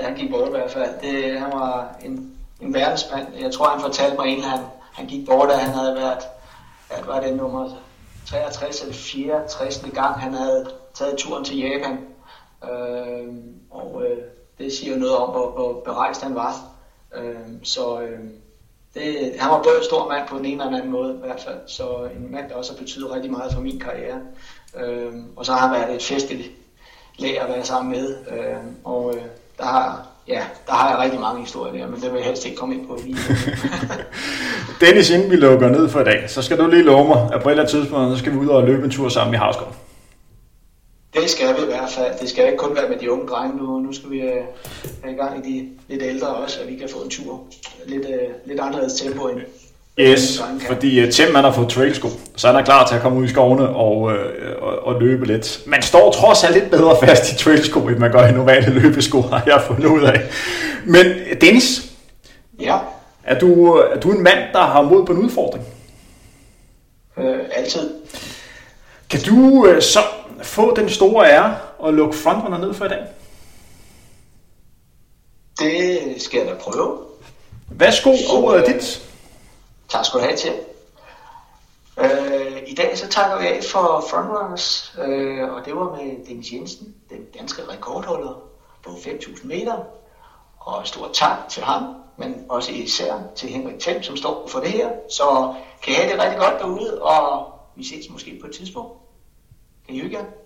da han gik bort i hvert fald. Det, han var en, en verdensmand. Jeg tror, han fortalte mig inden han, han gik bort, at han havde været, at var det nummer treogtres eller fireogtres gang, han havde taget turen til Japan. Øh, og øh, det siger jo noget om, hvor, hvor berejst han var. Øh, så øh, det, han var både en stor mand på den ene eller anden måde i hvert fald. Så en mand, der også har betydet rigtig meget for min karriere. Øh, og så har han været et festligt lag at være sammen med. Øh, og øh, der har Ja, der har jeg rigtig mange historier der, men det vil jeg helst ikke komme ind på lige. Dennis, inden vi lukker ned for i dag, så skal du lige love mig, at på et eller andet tidspunkt, så skal vi ud og løbe en tur sammen i Hareskoven. Det skal vi i hvert fald. Det skal ikke kun være med de unge drenge nu. Nu skal vi have i gang i de lidt ældre også, at vi kan få en tur. Lidt, uh, lidt anderledes tempo end yes, fordi uh, Tim han har fået trailsko, så han er klar til at komme ud i skovene og, uh, og, og løbe lidt. Man står trods alt lidt bedre fast i trailsko, end man gør i normale løbesko, har jeg fundet ud af. Men Dennis, ja. er, du, er du en mand, der har mod på en udfordring? Øh, altid. Kan du uh, så få den store ære og lukke frontrunner ned for i dag? Det skal jeg da prøve. Værsgo, ordet er dit. Tak skal du have til. Øh, I dag så takker vi af for frontrunners, øh, og det var med Dennis Jensen, den danske rekordholder på fem tusind meter. Og stor tak til ham, men også især til Henrik Thiem, som står for det her. Så kan I have det rigtig godt derude, og vi ses måske på et tidspunkt. Kan I hygge jer?